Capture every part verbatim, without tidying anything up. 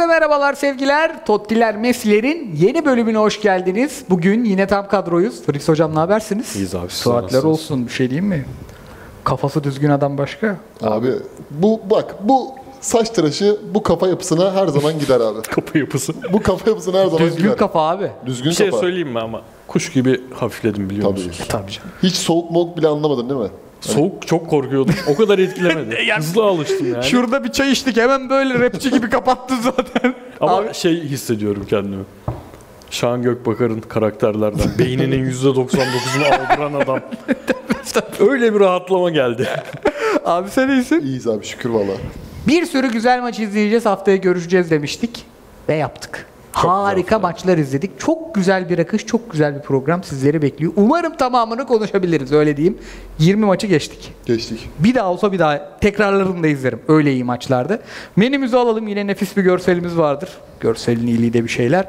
Herkese merhabalar sevgiler. Tottiler Messi'lerin yeni bölümüne hoş geldiniz. Bugün yine tam kadroyuz. Fritz hocam ne habersiniz? İyiyiz abi. Saatler olsun, bir şey diyeyim mi? Kafası düzgün adam başka. Abi bu bak bu saç tıraşı bu kafa yapısına her zaman gider abi. Kafa yapısı. Bu kafa yapısına her zaman Düzgün gider. kafa abi. Düzgün Bir şey kafa. söyleyeyim mi ama? Kuş gibi hafifledim biliyor Tabii. musun? Tabii canım. Hiç soğuk moğuk bile anlamadın değil mi? Soğuk çok korkuyordum. O kadar etkilemedi. Hızlı alıştım yani. Şurada bir çay içtik, hemen böyle rapçi gibi kapattı zaten. Ama Abi, şey hissediyorum kendimi. Şahan Gökbakar'ın karakterlerden beyninin yüzde doksan dokuzunu aldıran adam. Öyle bir rahatlama geldi. abi sen iyisin. İyiyiz abi şükür valla. Bir sürü güzel maç izleyeceğiz, haftaya görüşeceğiz demiştik ve yaptık. Harika maçlar izledik. Çok güzel bir akış, çok güzel bir program sizleri bekliyor. Umarım tamamını konuşabiliriz, öyle diyeyim. yirmi maçı geçtik. Geçtik. Bir daha olsa bir daha tekrarlarını da izlerim. Öyle iyi maçlardı. Menümüzü alalım. Yine nefis bir görselimiz vardır. Görselin iyiliği de bir şeyler.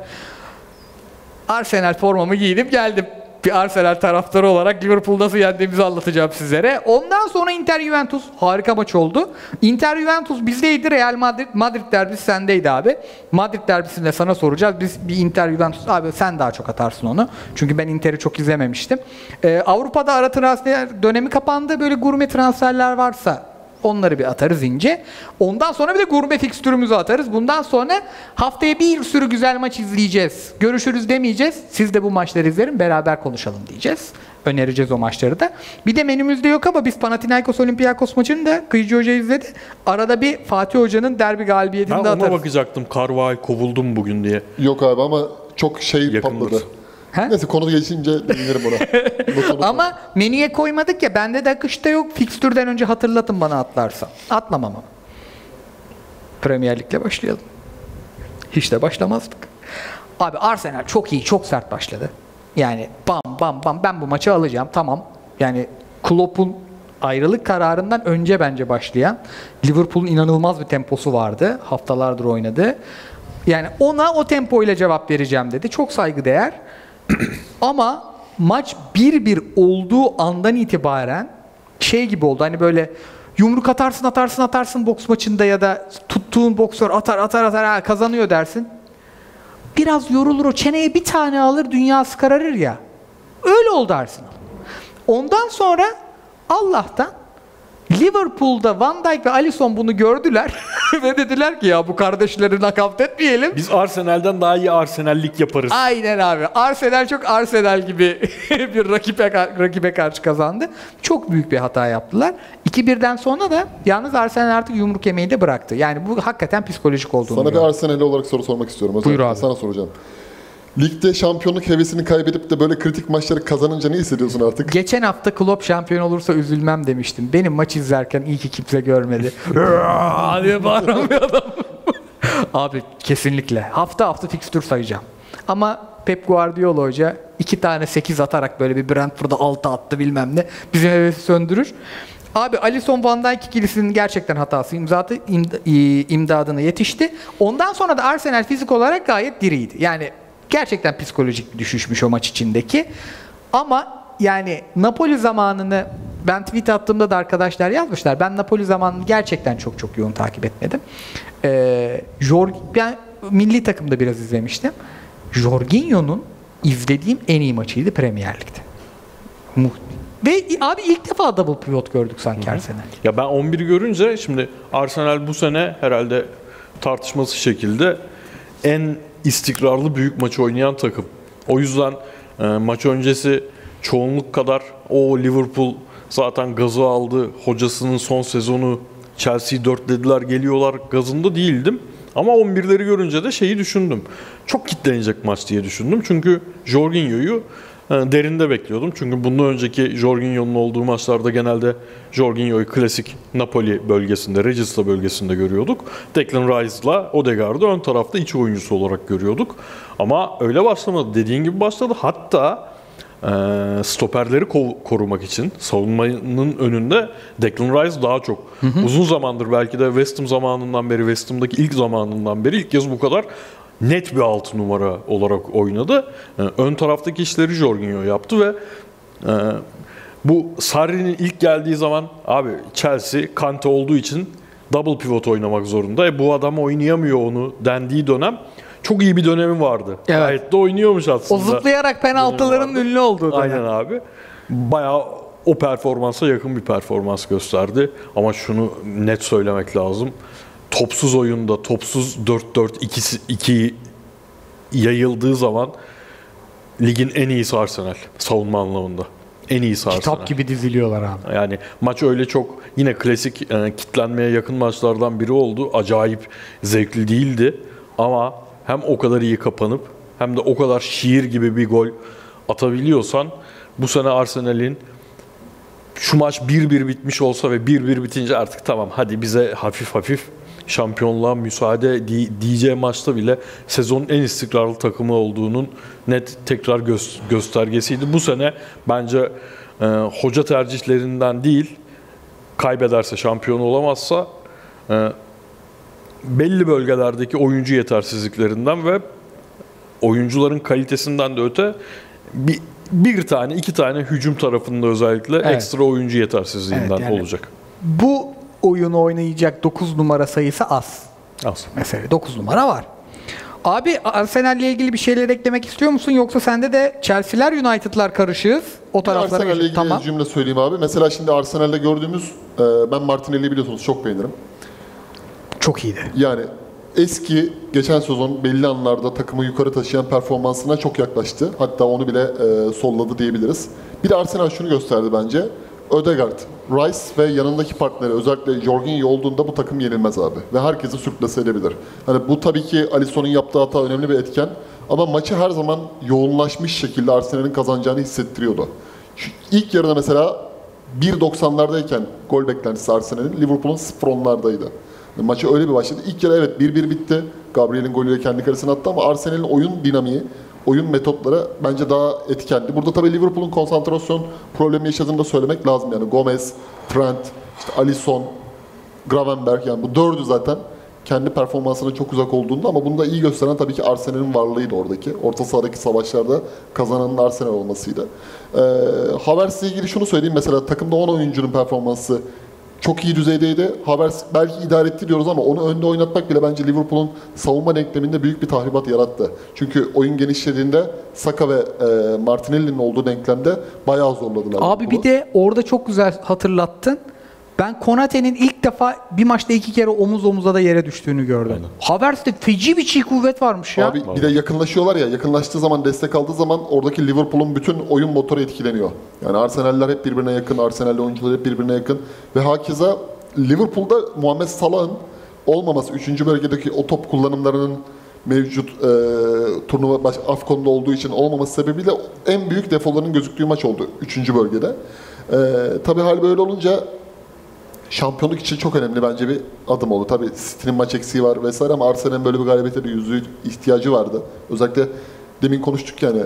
Arsenal formamı giyinip geldim. Bir Arsenal taraftarı olarak Liverpool nasıl yendiğimizi anlatacağım sizlere. Ondan sonra Inter-Juventus harika maç oldu. Inter-Juventus bizdeydi. Real Madrid Madrid derbisi sendeydi abi. Madrid derbisinde sana soracağız. Biz bir Inter-Juventus abi sen daha çok atarsın onu. Çünkü ben Inter'i çok izlememiştim. Ee, Avrupa'da ara transfer dönemi kapandı. Böyle gurme transferler varsa onları bir atarız ince. Ondan sonra bir de gurme fikstürümüzü atarız. Bundan sonra haftaya bir sürü güzel maç izleyeceğiz. Görüşürüz demeyeceğiz. Siz de bu maçları izlerin, beraber konuşalım diyeceğiz. Önereceğiz o maçları da. Bir de menümüzde yok ama biz Panathinaikos Olympiakos maçını da Kıyıcı Hoca izledi. Arada bir Fatih Hoca'nın derbi galibiyetini Ben de ona atarız. bakacaktım. Carvajal kovuldum bugün diye. Yok abi ama çok şey Yakındır. patladı. He? Neyse konu geçince dinlerim ona. Ama menüye koymadık ya, bende de akışta yok. Fikstürden önce hatırlatın bana atlarsa. Atmam ama. Premier Lig'le başlayalım. Hiç de başlamazdık. Abi Arsenal çok iyi, çok sert başladı. Yani bam bam bam ben bu maçı alacağım, tamam. Yani Klopp'un ayrılık kararından önce bence başlayan, Liverpool'un inanılmaz bir temposu vardı. Haftalardır oynadı. Yani ona o tempoyla cevap vereceğim dedi. Çok saygıdeğer. Ama maç bir bir olduğu andan itibaren şey gibi oldu. Hani böyle yumruk atarsın atarsın atarsın boks maçında ya da tuttuğun boksör atar atar atar ha, kazanıyor dersin. Biraz yorulur, o çeneye bir tane alır, dünyası kararır ya. Öyle oldu Arsenal. Ondan sonra Allah'tan Liverpool'da Van Dijk ve Alisson bunu gördüler ve dediler ki ya bu kardeşleri nakavt etmeyelim. Biz Arsenal'den daha iyi Arsenal'lik yaparız. Aynen abi. Arsenal çok Arsenal gibi bir rakibe, rakibe karşı kazandı. Çok büyük bir hata yaptılar. iki birden sonra da yalnız Arsenal artık yumruk yemeyi de bıraktı. Yani bu hakikaten psikolojik olduğunu Sana bir gördüm. Arsenal'li olarak soru sormak istiyorum. Buyur abi. Sana soracağım. Ligde şampiyonluk hevesini kaybedip de böyle kritik maçları kazanınca ne hissediyorsun artık? Geçen hafta Klopp şampiyon olursa üzülmem demiştim. Benim maç izlerken iyi ki kimse görmedi. diye bağıran bir adam. Abi kesinlikle. Hafta hafta fikstür sayacağım. Ama Pep Guardiola Hoca iki tane sekiz atarak böyle bir Brentford'a altı attı bilmem ne. Bizim hevesi söndürür. Abi Alisson Van Dijk ikilisinin gerçekten hatası, imzatı imdadına yetişti. Ondan sonra da Arsenal fizik olarak gayet diriydi. Yani gerçekten psikolojik bir düşüşmüş o maç içindeki. Ama yani Napoli zamanını ben tweet attığımda da arkadaşlar yazmışlar. Ben Napoli zamanını gerçekten çok çok yoğun takip etmedim. Ee, Jorg, ben milli takımda biraz izlemiştim. Jorginho'nun izlediğim en iyi maçıydı Premier Lig'de. Ve abi ilk defa double pivot gördük sanki Arsenal. Ya ben on biri görünce şimdi Arsenal bu sene herhalde tartışması şekilde en istikrarlı büyük maç oynayan takım. O yüzden e, maç öncesi çoğunluk kadar o Liverpool zaten gazı aldı. Hocasının son sezonu Chelsea'yi dörtlediler geliyorlar gazında değildim. Ama on birleri görünce de şeyi düşündüm. Çok kitlenecek maç diye düşündüm. Çünkü Jorginho'yu e, derinde bekliyordum. Çünkü bundan önceki Jorginho'nun olduğu maçlarda genelde Jorginho'yu klasik Napoli bölgesinde, Regista bölgesinde görüyorduk. Declan Rice'la Odegaard'ı ön tarafta iç oyuncusu olarak görüyorduk. Ama öyle başlamadı. Dediğin gibi başladı. Hatta e, stoperleri ko- korumak için savunmanın önünde Declan Rice daha çok. Hı hı. Uzun zamandır belki de West Ham zamanından beri, West Ham'daki ilk zamanından beri ilk kez bu kadar net bir altı numara olarak oynadı. E, ön taraftaki işleri Jorginho yaptı ve e, bu Sarri'nin ilk geldiği zaman abi Chelsea Kante olduğu için double pivot oynamak zorunda. E, bu adam oynayamıyor onu dendiği dönem çok iyi bir dönemi vardı. Evet. Gayet de oynuyormuş aslında. O zıplayarak penaltıların ünlü olduğu dönem. Aynen abi. Bayağı o performansa yakın bir performans gösterdi. Ama şunu net söylemek lazım. Topsuz oyunda, topsuz dört dört iki yayıldığı zaman ligin en iyisi Arsenal savunma anlamında. En iyisi Arsenal. Kitap gibi diziliyorlar abi. Yani maç öyle çok yine klasik e, kitlenmeye yakın maçlardan biri oldu. Acayip zevkli değildi ama hem o kadar iyi kapanıp hem de o kadar şiir gibi bir gol atabiliyorsan bu sene Arsenal'in şu maç bir bir bitmiş olsa ve bir bir bitince artık tamam hadi bize hafif hafif şampiyonluğa müsaade diyeceği maçta bile sezonun en istikrarlı takımı olduğunun net tekrar gö- göstergesiydi. Bu sene bence e, hoca tercihlerinden değil, kaybederse, şampiyon olamazsa e, belli bölgelerdeki oyuncu yetersizliklerinden ve oyuncuların kalitesinden de öte bir, bir tane, iki tane hücum tarafında özellikle evet. ekstra oyuncu yetersizliğinden evet, yani olacak. Bu oyunu oynayacak dokuz numara sayısı az. Az. Mesela dokuz numara var. Abi Arsenal'le ilgili bir şeyler eklemek istiyor musun? Yoksa sende de Chelsea'ler, United'lar karışığız. O taraflara Arsenal'le ilgili tamam. cümle söyleyeyim abi. Mesela şimdi Arsenal'de gördüğümüz, e, ben Martinelli'yi biliyorsunuz çok beğenirim. Çok iyiydi. Yani eski, geçen sezon belli anlarda takımı yukarı taşıyan performansına çok yaklaştı. Hatta onu bile e, solladı diyebiliriz. Bir de Arsenal şunu gösterdi bence. Ödegaard, Rice ve yanındaki partneri özellikle Jorginho olduğunda bu takım yenilmez abi. Ve herkesi sürklase edebilir. Hani bu tabii ki Alisson'un yaptığı hata önemli bir etken. Ama maçı her zaman yoğunlaşmış şekilde Arsenal'in kazanacağını hissettiriyordu. Şu ilk yarıda mesela bir doksanlardayken gol beklentisi Arsenal'in, Liverpool'un sıfır onlardaydı. Yani maçı öyle bir başladı. İlk yarı evet bir bir bitti. Gabriel'in golüyle kendi kalesine attı ama Arsenal'in oyun dinamiği, oyun metotları bence daha etkendi. Burada tabii Liverpool'un konsantrasyon problemi yaşadığını da söylemek lazım. Yani Gomez, Trent, işte Alisson, Gravenberch, yani bu dördü zaten kendi performansına çok uzak olduğunda ama bunu da iyi gösteren tabii ki Arsenal'in varlığıydı oradaki. Orta sahadaki savaşlarda kazananın Arsenal olmasıydı. Ee, Havertz'le ilgili şunu söyleyeyim. Mesela takımda on oyuncunun performansı çok iyi düzeydeydi. Havertz belki idare etti diyoruz ama onu önde oynatmak bile bence Liverpool'un savunma denkleminde büyük bir tahribat yarattı. Çünkü oyun genişlediğinde Saka ve e, Martinelli'nin olduğu denklemde bayağı zorladılar. Abi bir de orada çok güzel hatırlattın. Ben Konate'nin ilk defa bir maçta iki kere omuz omuza da yere düştüğünü gördüm. Havertz'te feci bir çiğ kuvvet varmış ya. Abi bir de yakınlaşıyorlar ya, yakınlaştığı zaman, destek aldığı zaman oradaki Liverpool'un bütün oyun motoru etkileniyor. Yani Arsenal'ler hep birbirine yakın, Arsenal'le oyuncular hep birbirine yakın. Ve hakeza Liverpool'da Muhammed Salah'ın olmaması, üçüncü bölgedeki o top kullanımlarının mevcut e, turnuva baş, Afcon'da olduğu için olmaması sebebiyle en büyük defolarının gözüktüğü maç oldu üçüncü bölgede. E, tabii hal böyle olunca şampiyonluk için çok önemli bence bir adım oldu. Tabii City'nin maç eksiği var vesaire ama Arsenal'in böyle bir galibiyete de yüzde ihtiyacı vardı. Özellikle demin konuştuk yani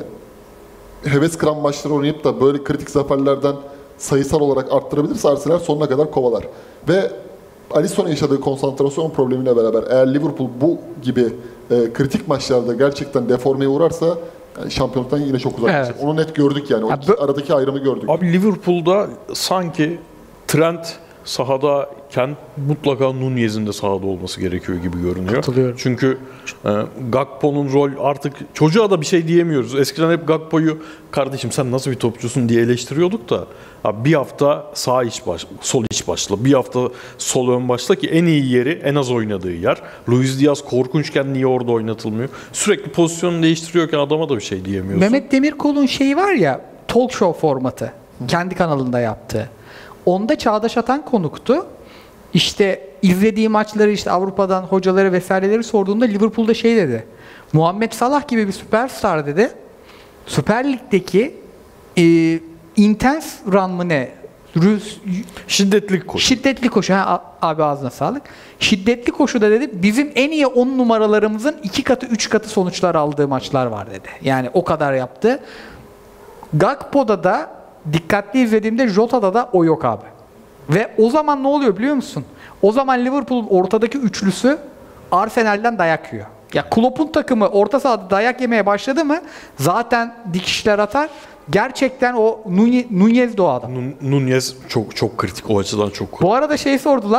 heves kıran maçları oynayıp da böyle kritik zaferlerden sayısal olarak arttırabilirse Arsenal sonuna kadar kovalar. Ve Alisson'un yaşadığı konsantrasyon problemiyle beraber eğer Liverpool bu gibi e, kritik maçlarda gerçekten deformeye uğrarsa yani şampiyonluktan yine çok uzaklaşacak. Evet. Onu net gördük yani. O Ya, iki, aradaki ayrımı gördük. Abi Liverpool'da sanki Trent sahadayken mutlaka Nunez'in de sahada olması gerekiyor gibi görünüyor. Katılıyorum. Çünkü e, Gakpo'nun rol artık çocuğa da bir şey diyemiyoruz. Eskiden hep Gakpo'yu kardeşim sen nasıl bir topçusun diye eleştiriyorduk da abi bir hafta sağ iç baş, sol iç başla, bir hafta sol ön başla ki en iyi yeri en az oynadığı yer. Luis Diaz korkunçken niye orada oynatılmıyor? Sürekli pozisyonu değiştiriyorken adama da bir şey diyemiyorsun. Mehmet Demirkol'un şeyi var ya, talk show formatı. Kendi kanalında yaptığı. Onda Çağdaş Atan konuktu. İşte izlediği maçları, işte Avrupa'dan hocaları vesaireleri sorduğunda Liverpool'da şey dedi. Muhammed Salah gibi bir süperstar dedi. Süper Lig'deki e, intense run mı ne? Rüz, Şiddetli koşu. Şiddetli koşu. Ha, abi ağzına sağlık. Şiddetli koşuda dedi bizim en iyi on numaralarımızın iki katı üç katı sonuçlar aldığı maçlar var dedi. Yani o kadar yaptı. Gakpo'da da dikkatli izlediğimde Jota'da da o yok abi. Ve o zaman ne oluyor biliyor musun? O zaman Liverpool'un ortadaki üçlüsü Arsenal'den dayak yiyor. Ya Klopp'un takımı orta sahada dayak yemeye başladı mı zaten dikişler atar. Gerçekten o Nunez de o adam. Nunez çok çok kritik o açıdan çok. Bu arada şey sordular.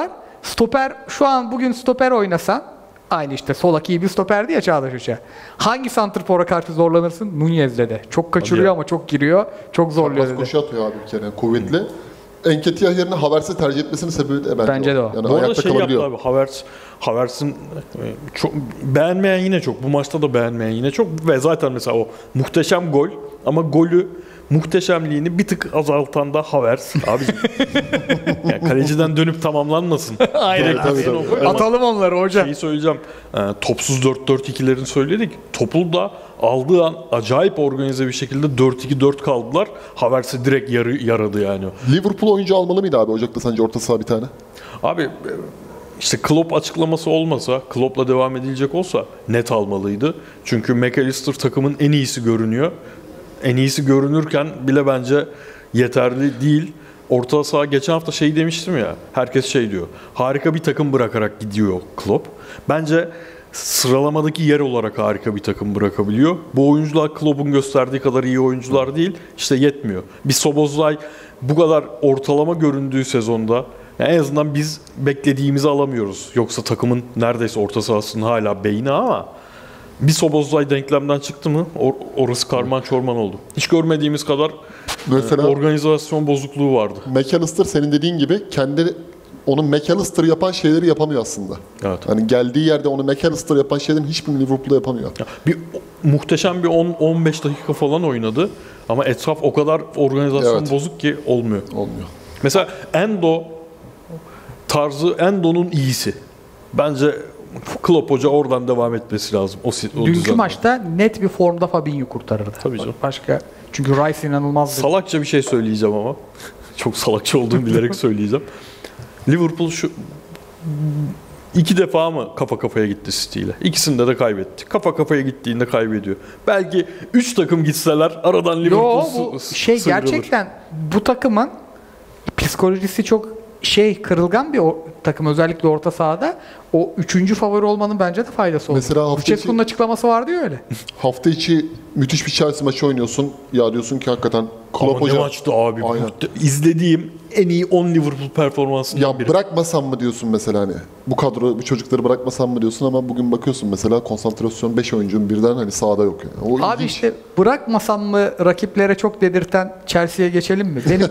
stoper şu an bugün stoper oynasan aynı işte Solak iyi bir stoperdi ya Çağdaş Hoca. Hangi santrfora karşı zorlanırsın? Nunez'le de. Çok kaçırıyor Hadi. ama çok giriyor. Çok zorluyor Az dedi. koşu atıyor abi bir kere. Kuvvetli. Enketiah yerine Havertz'i tercih etmesinin sebebi de bence, Bence de o. Yani Bu arada ayakta şey yaptı kalabiliyor. abi, Havertz, Havertz'in e, çok beğenmeyen yine çok. Bu maçta da beğenmeyen yine çok. Ve zaten mesela o muhteşem gol ama golü muhteşemliğini bir tık azaltan da Havertz. Abi yani kaleciden dönüp tamamlanmasın. Aynen. Direkt Tabii, tabii, tabii. Atalım onları hocam. Şeyi söyleyeceğim. E, topsuz dört dört ikilerini söyledik. Topu da aldığı an acayip organize bir şekilde dört iki dört kaldılar. Havertz'i direkt yarı, yaradı yani. Liverpool oyuncu almalı mıydı abi Ocak'ta sence orta saha bir tane? Abi e, işte Klopp açıklaması olmasa, Klopp'la devam edilecek olsa net almalıydı. Çünkü McAllister takımın en iyisi görünüyor. En iyisi görünürken bile bence yeterli değil. Orta saha geçen hafta şey demiştim ya, herkes şey diyor. Harika bir takım bırakarak gidiyor Klopp. Bence sıralamadaki yer olarak harika bir takım bırakabiliyor. Bu oyuncular Klopp'un gösterdiği kadar iyi oyuncular değil. İşte yetmiyor. Bir Szoboszlai bu kadar ortalama göründüğü sezonda yani en azından biz beklediğimizi alamıyoruz. Yoksa takımın neredeyse orta sahasının hala beyni ama bir Szoboszlai denklemden çıktı mı or- orası karman çorman oldu. Hiç görmediğimiz kadar Mesela e, organizasyon bozukluğu vardı. McAllister senin dediğin gibi kendi onun McAllister yapan şeyleri yapamıyor aslında. Evet. Hani geldiği yerde onu McAllister yapan şeylerin hiçbirini Liverpool'da yapamıyor. Ya bir o- muhteşem bir on on beş dakika falan oynadı ama etraf o kadar organizasyon Evet. bozuk ki olmuyor. Olmuyor. Mesela Endo tarzı Endo'nun iyisi. Bence Klopp Hoca oradan devam etmesi lazım. O, si- o Dünkü düzenden. maçta net bir formda Fabinho kurtarırdı. Tabii canım. Başka çünkü Rice inanılmaz bir Salakça bir şey söyleyeceğim ama. Çok salakça olduğumu bilerek söyleyeceğim. Liverpool şu iki defa mı kafa kafaya gitti City ile? İkisinde de kaybetti. Kafa kafaya gittiğinde kaybediyor. Belki üç takım gitseler aradan Yo Liverpool bu sı- şey sıyrılır. gerçekten bu takımın psikolojisi çok şey kırılgan bir o, takım özellikle orta sahada. O üçüncü favori olmanın bence de faydası oldu. Mesela hafta Lucescu'nun içi- açıklaması vardı ya öyle. Hafta içi müthiş bir Chelsea maçı oynuyorsun. Ya diyorsun ki hakikaten Klopp Ama ne Hoca maçtı abi. Aynen. Muhte- İzlediğim en iyi on Liverpool performansından ya biri. bırakmasam mı diyorsun mesela hani bu kadro bu çocukları bırakmasam mı diyorsun ama bugün bakıyorsun mesela konsantrasyon beş oyuncunun birden hani sahada yok yani. O Abi ilginç. işte bırakmasam mı rakiplere çok dedirten Chelsea'ye geçelim mi? Benim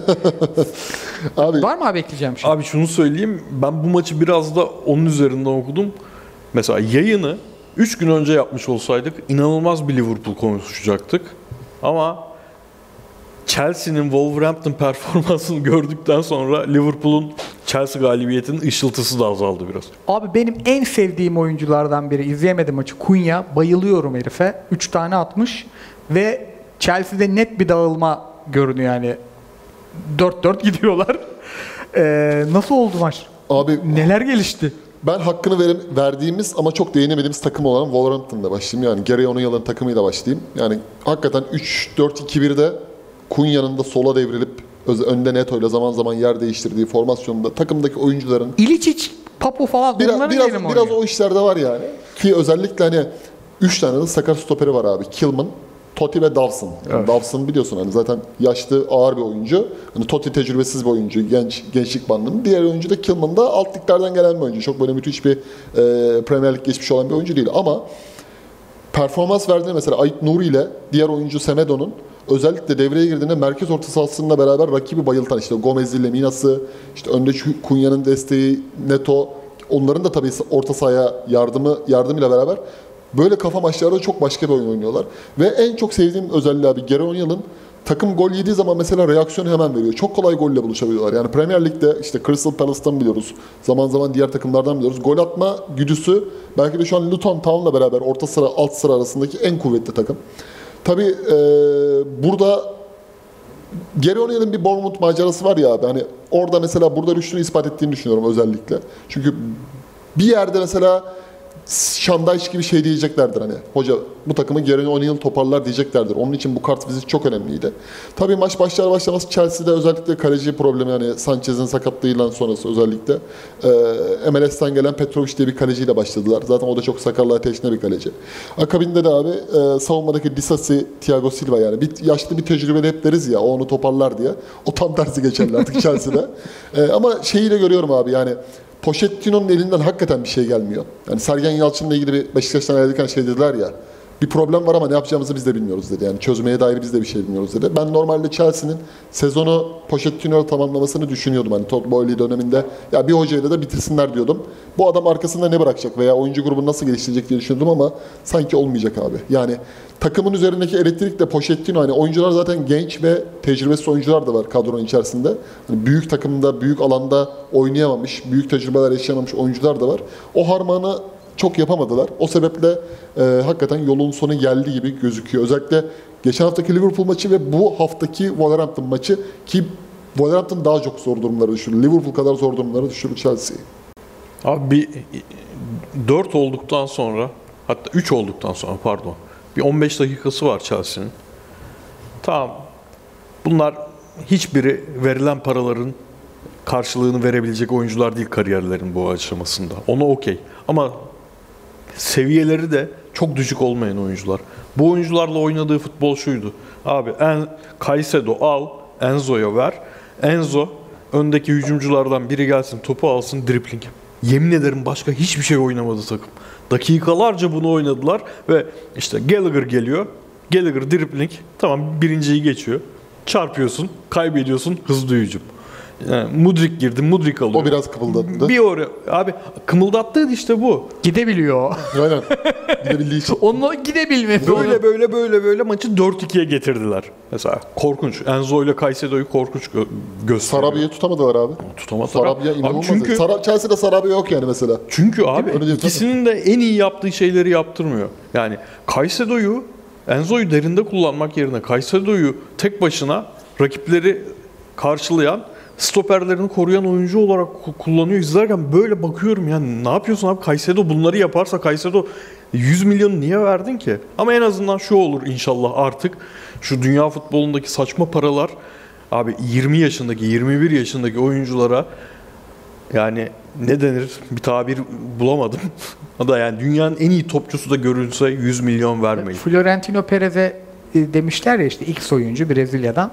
Abi var mı abi ekleyeceğim şey? Abi şunu söyleyeyim. Ben bu maçı biraz da onun üzerinden okudum. Mesela yayını üç gün önce yapmış olsaydık inanılmaz bir Liverpool konuşacaktık. Ama Chelsea'nin Wolverhampton performansını gördükten sonra Liverpool'un Chelsea galibiyetinin ışıltısı da azaldı biraz. Abi benim en sevdiğim oyunculardan biri. İzleyemedim maçı. Cunha. Bayılıyorum herife. üç tane atmış ve Chelsea'de net bir dağılma görünüyor yani. dört dört gidiyorlar. Ee, nasıl oldu maç? abi Neler gelişti? ben hakkını verim, verdiğimiz ama çok değinemediğimiz takım olan Wolverhampton'da başlayayım. Yani Gary O'Neill'ın takımıyla başlayayım. Yani hakikaten üç dört iki birde Cunha'nın da sola devrilip öz- önde Neto'yla zaman zaman yer değiştirdiği formasyonda takımdaki oyuncuların İličić, Papu falan biraz onların biraz, yeri mi biraz oynuyor? o işlerde var yani. Ki özellikle hani üç tane de sakat stoperi var abi. Kilman, Totti ve Dawson. Yani Dawson biliyorsun hani zaten yaşlı, ağır bir oyuncu. Hani Totti tecrübesiz bir oyuncu, genç gençlik bandının. Diğer oyuncu da Kilman da alt liglerden gelen bir oyuncu. Çok böyle müthiş bir e, Premier Lig geçmiş olan bir oyuncu değil ama performans verdiğinde mesela Ait Nuri ile diğer oyuncu Semedo'nun özellikle devreye girdiğinde merkez orta sahasıyla beraber rakibi bayıltan işte Gomez ile Minas'ı, işte önde şu Cunha'nın desteği, Neto, onların da tabii orta sahaya yardımı yardımıyla beraber böyle kafa maçlarda çok başka bir oyun oynuyorlar. Ve en çok sevdiğim özelliği abi Gary O'Neill'ın takım gol yediği zaman mesela reaksiyonu hemen veriyor. Çok kolay golle buluşabiliyorlar. Yani Premier Lig'de işte Crystal Palace'tan biliyoruz. Zaman zaman diğer takımlardan biliyoruz. Gol atma güdüsü belki de şu an Luton Town'la beraber orta sıra alt sıra arasındaki en kuvvetli takım. Tabii e, burada Gary O'Neill'in bir Bournemouth macerası var ya abi. Hani orada mesela burada rüştünü ispat ettiğini düşünüyorum özellikle. Çünkü bir yerde mesela Şandayş gibi şey diyeceklerdir hani. Hoca bu takımı Gary O'Neill toparlar diyeceklerdir. Onun için bu kart vizit çok önemliydi. Tabii maç başlar başlamaz Chelsea'de özellikle kaleci problemi yani Sanchez'in sakatlığıyla sonrası özellikle e, M L S'ten gelen Petrovic diye bir kaleciyle başladılar. Zaten o da çok sakarlığa teşne bir kaleci. Akabinde de abi e, savunmadaki Disasi, Thiago Silva yani bir yaşlı bir tecrübeli hep deriz ya o onu toparlar diye. O tam tersi geçerli artık Chelsea'de. E, ama şeyi de görüyorum abi yani Pochettino'nun elinden hakikaten bir şey gelmiyor. Yani Sergen Yalçın'la ilgili bir Beşiktaş'tan ayrılırken şey dediler ya, bir problem var ama ne yapacağımızı biz de bilmiyoruz dedi. Yani çözmeye dair biz de bir şey bilmiyoruz dedi. Ben normalde Chelsea'nin sezonu Pochettino'yla tamamlamasını düşünüyordum. Hani Todd Boehly döneminde ya bir hocayla da bitirsinler diyordum. Bu adam arkasında ne bırakacak veya oyuncu grubunu nasıl geliştirecek diye düşündüm ama sanki olmayacak abi. Yani takımın üzerindeki elektrik de Pochettino, hani oyuncular zaten genç ve tecrübesiz oyuncular da var kadronun içerisinde. Hani büyük takımda, büyük alanda oynayamamış, büyük tecrübeler yaşayamamış oyuncular da var. O harmanı çok yapamadılar. O sebeple e, hakikaten yolun sonu geldi gibi gözüküyor. Özellikle geçen haftaki Liverpool maçı ve bu haftaki Wolverhampton maçı, ki Wolverhampton daha çok zor durumlara düşürdü. Liverpool kadar zor durumlara düşürdü Chelsea'yi. Abi bir dört olduktan sonra, hatta üç olduktan sonra pardon, bir on beş dakikası var Chelsea'nin. Tamam, bunlar hiçbiri verilen paraların karşılığını verebilecek oyuncular değil kariyerlerin bu aşamasında. Ona okey. Ama seviyeleri de çok düşük olmayan oyuncular. Bu oyuncularla oynadığı futbol şuydu. Abi en, Caicedo al, Enzo'ya ver. Enzo öndeki hücumculardan biri gelsin, topu alsın, dribling. Yemin ederim başka hiçbir şey oynamadı takım. Dakikalarca bunu oynadılar ve işte Gallagher geliyor. Gallagher dribling. Tamam, birinciyi geçiyor. Çarpıyorsun, kaybediyorsun, hızlı hücum. Yani Mudryk girdi, Mudryk alıyor. O biraz kımıldattı. Bir oraya, abi kımıldattığı işte bu. Gidebiliyor. Aynen. Gidebildiği için. Onun gidebilmesi. Böyle böyle böyle böyle maçı dört ikiye getirdiler. Mesela korkunç. Enzo ile Caicedo'yu korkunç gö- gösteriyor. Sarabia'yı tutamadılar abi. Tutamadılar. Sarabia Abi inanılmaz. çünkü Sara- Chelsea'de Sarabia yok yani mesela. çünkü abi Öyle değil, ikisinin de en iyi yaptığı şeyleri yaptırmıyor. Yani Caicedo'yu, Enzo'yu derinde kullanmak yerine Caicedo'yu tek başına rakipleri karşılayan, stoperlerini koruyan oyuncu olarak kullanıyor. İzlerken böyle bakıyorum, yani ne yapıyorsun abi? Caicedo bunları yaparsa Caicedo yüz milyonu niye verdin ki? Ama en azından şu olur inşallah artık, şu dünya futbolundaki saçma paralar abi yirmi yaşındaki, yirmi bir yaşındaki oyunculara, yani ne denir, bir tabir bulamadım. O da yani dünyanın en iyi topçusu da görülse yüz milyon vermeyin. Florentino Perez'e e, demişler ya, işte X oyuncu Brezilya'dan.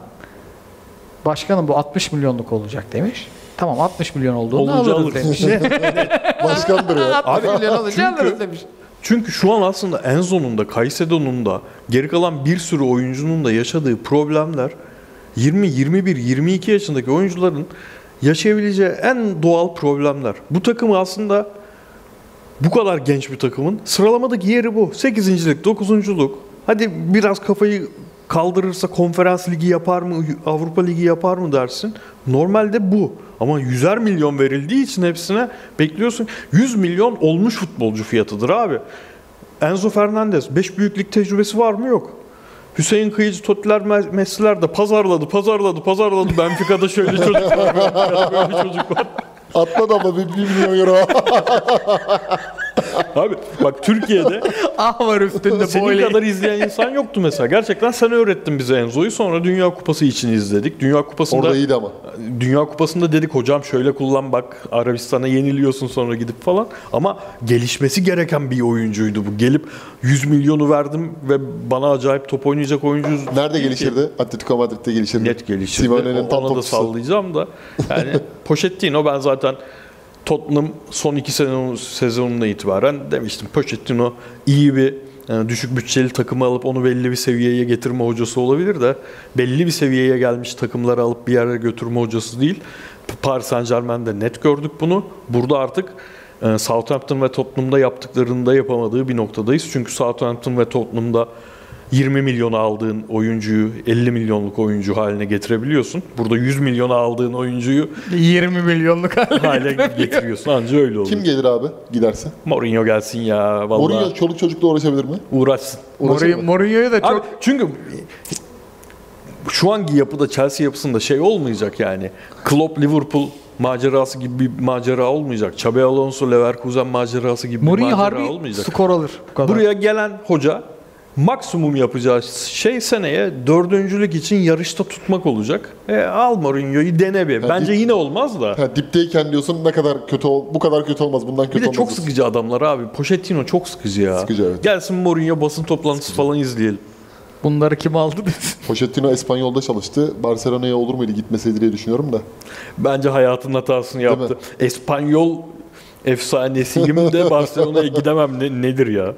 Başkanım bu altmış milyonluk olacak demiş. Tamam, altmış milyon olduğunu Olunca alırız alır. demiş. Başkandır ya. altmış milyon olunca çünkü- alırız demiş. Çünkü şu an aslında Enzo'nun da, Caicedo'nun da, geri kalan bir sürü oyuncunun da yaşadığı problemler yirmi, yirmi bir, yirmi iki yaşındaki oyuncuların yaşayabileceği en doğal problemler. Bu takımı aslında, bu kadar genç bir takımın sıralamadaki yeri bu. sekizincilik, dokuzunculuk. Hadi biraz kafayı kaldırırsa konferans ligi yapar mı, Avrupa ligi yapar mı dersin. Normalde bu. Ama yüzer milyon verildiği için hepsine bekliyorsun. yüz milyon olmuş futbolcu fiyatıdır abi. Enzo Fernandez beş büyüklük tecrübesi var mı? Yok. Hüseyin Kıyıcı, Tottiler, Messi'ler de pazarladı, pazarladı, pazarladı. Benfica'da şöyle çocuk var, Benfica'da böyle çocuk var. Atladı ama bir bir milyon euro. Abi bak, Türkiye'de Ah var üstünde senin böyle. kadar izleyen insan yoktu mesela. Gerçekten sen öğrettin bize Enzo'yu. Sonra Dünya Kupası için izledik. Dünya Kupası'nda Orada iyiydi ama. Dünya Kupası'nda dedik hocam şöyle kullan bak, Arabistan'a yeniliyorsun sonra gidip falan. Ama gelişmesi gereken bir oyuncuydu bu. Gelip yüz milyonu verdim ve bana acayip top oynayacak oyuncu Nerede değil ki. gelişirdi? Atletico Madrid'de gelişirdi. Net gelişirdi. Simeone'nin tam Ona da topçusu. sallayacağım da. Yani Pochettino, ben zaten Tottenham son iki sezon, sezonuna itibaren demiştim. Pochettino iyi bir, yani düşük bütçeli takımı alıp onu belli bir seviyeye getirme hocası olabilir de belli bir seviyeye gelmiş takımları alıp bir yere götürme hocası değil. Paris Saint-Germain'de net gördük bunu. Burada artık e, Southampton ve Tottenham'da yaptıklarını da yapamadığı bir noktadayız. Çünkü Southampton ve Tottenham'da yirmi milyona aldığın oyuncuyu elli milyonluk oyuncu haline getirebiliyorsun. Burada yüz milyona aldığın oyuncuyu yirmi milyonluk hale getiriyorsun. Anca öyle olur. Kim gelir abi giderse? Mourinho gelsin ya vallahi. Mourinho çoluk çocukla uğraşabilir mi? Uğraşsın. Uğraşır Mourinho- mı? Mourinho'yu da Abi, çok çünkü şu anki yapıda, Chelsea yapısında şey olmayacak yani. Klopp Liverpool macerası gibi bir macera olmayacak. Xabi Alonso Leverkusen macerası gibi bir Mourinho macera harbi olmayacak. skor alır bu kadar. Buraya gelen hoca maksimum yapacağı şey seneye dördüncülük için yarışta tutmak olacak. E, al Mourinho'yu dene bir. Bence dip- yine olmaz da. Ha, dipteyken diyorsun ne kadar kötü ol, bu kadar kötü olmaz, bundan kötü Bir de olmaz. çok diyorsun. sıkıcı adamlar abi. Pochettino çok sıkıcı ya. Sıkıcı, evet. Gelsin Mourinho basın toplantısı falan izleyelim. Bunları kim aldı desin. Pochettino Espanyol'da çalıştı. Barcelona'ya olur muydu gitmeseydi diye düşünüyorum da. Bence hayatının hatasını Değil yaptı. Espanyol efsanesiyim de Barcelona'ya gidemem ne, nedir ya?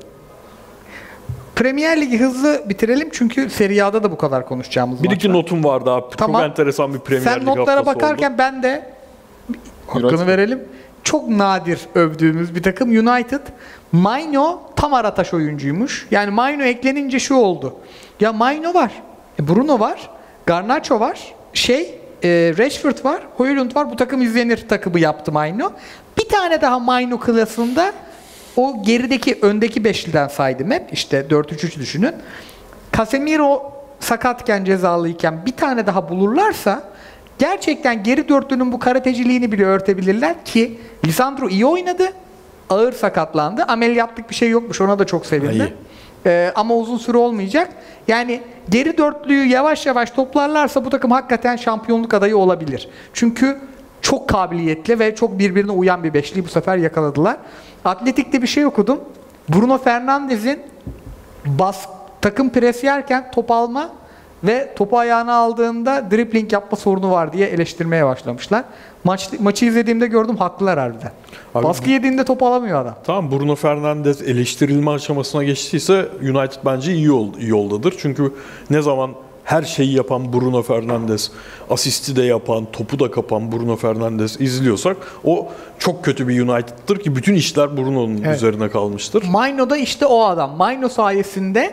Premier Ligi hızlı bitirelim çünkü Serie A'da da bu kadar konuşacağımız Bir maç iki var. notum vardı abi. Tamam. Çok enteresan bir Premier Sen Lig notlara haftası bakarken oldu. ben de hakkını United. verelim. Çok nadir övdüğümüz bir takım United. Maino tam arataş oyuncuymuş. Yani Maino eklenince şu oldu. Ya Maino var. E Bruno var. Garnacho var. Şey e, Rashford var. Højlund var. Bu takım izlenir takımı yaptı Maino. Bir tane daha Maino klasında o gerideki öndeki beşliden saydım hep. İşte dört üç üç düşünün. Casemiro sakatken cezalıyken bir tane daha bulurlarsa gerçekten geri dörtlünün bu karateciliğini bile örtebilirler ki Lisandro iyi oynadı. Ağır sakatlandı. Ameliyatlık bir şey yokmuş. Ona da çok sevindim. Ee, ama uzun süre olmayacak. Yani geri dörtlüyü yavaş yavaş toplarlarsa bu takım hakikaten şampiyonluk adayı olabilir. Çünkü çok kabiliyetli ve çok birbirine uyan bir beşliği bu sefer yakaladılar. Atletik'te bir şey okudum. Bruno Fernandes'in bas, takım pres yerken top alma ve topu ayağına aldığında dribbling yapma sorunu var diye eleştirmeye başlamışlar. Maç, maçı izlediğimde gördüm, haklılar harbiden. Abi, Baskı yediğinde top alamıyor adam. Tamam, Bruno Fernandes eleştirilme aşamasına geçtiyse United bence iyi yol, yoldadır. Çünkü ne zaman her şeyi yapan Bruno Fernandes, asisti de yapan, topu da kapan Bruno Fernandes izliyorsak o çok kötü bir United'tır ki bütün işler Bruno'nun Evet. üzerine kalmıştır. Maino da işte o adam. Maino sayesinde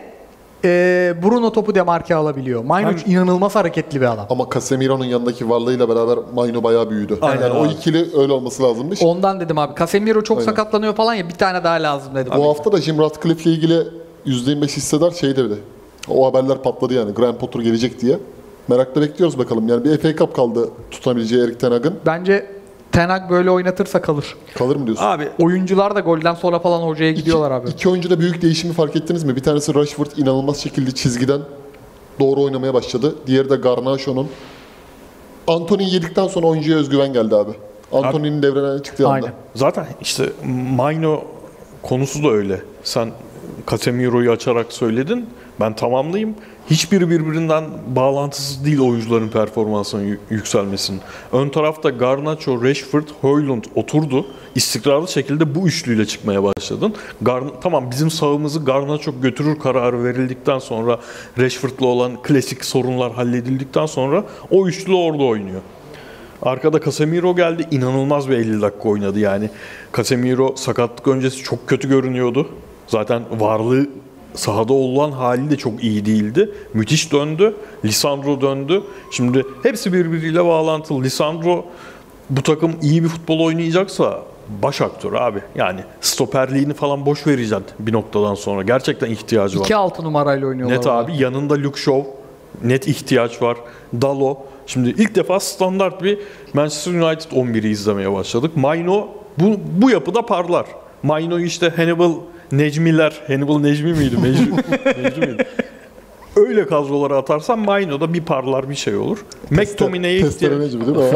e, Bruno topu demarke alabiliyor. Maino Hem- inanılmaz hareketli bir adam. Ama Casemiro'nun yanındaki varlığıyla beraber Maino bayağı büyüdü. Aynen yani o abi. ikili öyle olması lazımmış. Ondan dedim abi. Casemiro çok Aynen. sakatlanıyor falan ya, bir tane daha lazım dedim. Bu hafta da Jim Ratcliffe'le ilgili yüzde yirmi beş hissedar şey dedi. O haberler patladı yani. Graham Potter gelecek diye. Merakla bekliyoruz bakalım. Yani bir F A Cup kaldı tutabileceği Erik Ten Hag'ın. Bence Ten Hag böyle oynatırsa kalır. Kalır mı diyorsun? Abi Oyuncular da golden sonra falan hocaya gidiyorlar abi. İki oyuncuda büyük değişimi fark ettiniz mi? Bir tanesi Rashford inanılmaz şekilde çizgiden doğru oynamaya başladı. Diğeri de Garnacho'nun. Antony'yi yedikten sonra oyuncuya özgüven geldi abi. Antony'nin devreden çıktığı anda. Aynen. zaten işte Maino konusu da öyle. Sen Casemiro'yu açarak söyledin. Ben tamamlayayım. Hiçbiri birbirinden bağlantısız değil oyuncuların performansının yü- yükselmesinin. Ön tarafta Garnacho, Rashford, Højlund oturdu. İstikrarlı şekilde bu üçlüyle çıkmaya başladın. Gar tamam, bizim sağımızı Garnacho götürür kararı verildikten sonra, Rashford'la olan klasik sorunlar halledildikten sonra o üçlü orada oynuyor. Arkada Casemiro geldi. İnanılmaz bir elli dakika oynadı yani. Casemiro sakatlık öncesi çok kötü görünüyordu. Zaten varlığı, sahada olan hali de çok iyi değildi. Müthiş döndü. Lisandro döndü. Şimdi hepsi birbiriyle bağlantılı. Lisandro bu takım iyi bir futbol oynayacaksa baş aktör abi. Yani stoperliğini falan boş vereceksin bir noktadan sonra. Gerçekten ihtiyacı var. İki altı numarayla oynuyorlar. Net orada. abi, yanında Luke Shaw, net ihtiyaç var. Dalo. Şimdi ilk defa standart bir Manchester United on biri izlemeye başladık. Maino bu, bu yapıda parlar. Maino'yu işte Hannibal Necmiler, Hannibal Necmi miydi? Mecri, Necmi miydi? Öyle kadrolara atarsan Maino'da bir parlar, bir şey olur. McTominay'e Testere ihtiyaç, Necmi değil mi?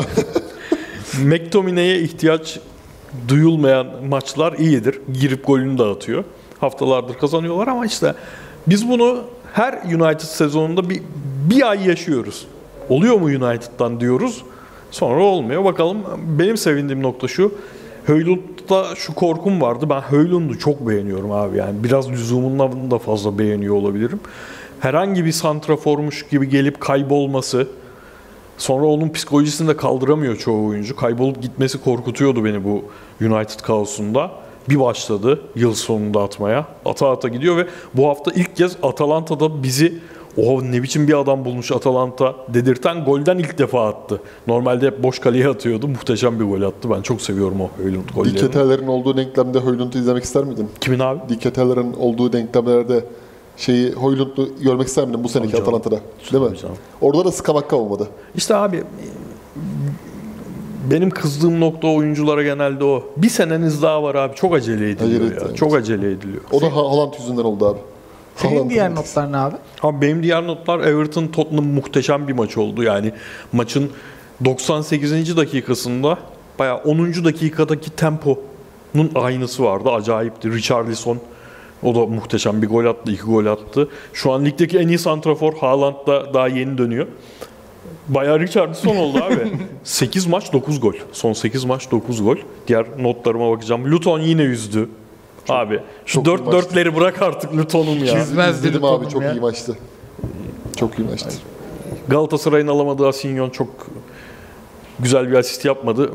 McTominay'e ihtiyaç duyulmayan maçlar iyidir. Girip golünü dağıtıyor. Haftalardır kazanıyorlar ama işte biz bunu her United sezonunda bir, bir ay yaşıyoruz. Oluyor mu United'dan diyoruz. Sonra olmuyor. Bakalım, benim sevindiğim nokta şu. Højlund'da şu korkum vardı. Ben Højlund'u çok beğeniyorum abi. Yani biraz lüzumundan da fazla beğeniyor olabilirim. Herhangi bir santraformuş gibi gelip kaybolması, sonra onun psikolojisini de kaldıramıyor çoğu oyuncu. Kaybolup gitmesi korkutuyordu beni bu United kaosunda. Bir başladı yıl sonunda atmaya. Ata ata gidiyor ve bu hafta ilk kez Atalanta'da bizi "o ne biçim bir adam bulmuş Atalanta" dedirten golden ilk defa attı. Normalde hep boş kaleye atıyordu. Muhteşem bir gol attı. Ben çok seviyorum o Højlund gollerini. Diketerlerin olduğu denklemde Højlund'u izlemek ister miydin? Kimin abi? Diketerlerin olduğu denklemlerde şeyi Højlund'u görmek ister miydin bu seneki Tabii canım. Atalanta'da? Değil mi? Tabii canım. Orada da sıkamakka olmadı. İşte abi, benim kızdığım nokta oyunculara genelde o. Bir seneniz daha var abi. Çok acele ediliyor Acele ya. etti, evet. Çok acele ediliyor. O da Ha- Haaland yüzünden oldu abi. Senin Haaland- diğer notlar ne abi? Abi benim diğer notlar Everton Tottenham muhteşem bir maç oldu. Yani maçın doksan sekizinci dakikasında bayağı onuncu dakikadaki temponun aynısı vardı. Acayipti. Richarlison o da muhteşem bir gol attı. iki gol attı. Şu an ligdeki en iyi santrafor Haaland da daha yeni dönüyor. Bayağı Richarlison oldu abi. sekiz maç dokuz gol. Son sekiz maç dokuz gol. Diğer notlarıma bakacağım. Luton yine yüzdü. Çok, abi şu çok dört dörtleri bırak artık Luton'um ya. Yüzmezdi İzledim Luton'um abi, çok ya. iyi maçtı. Çok iyi maçtı. Galatasaray'ın alamadığı Asinyon çok güzel bir asist yapmadı.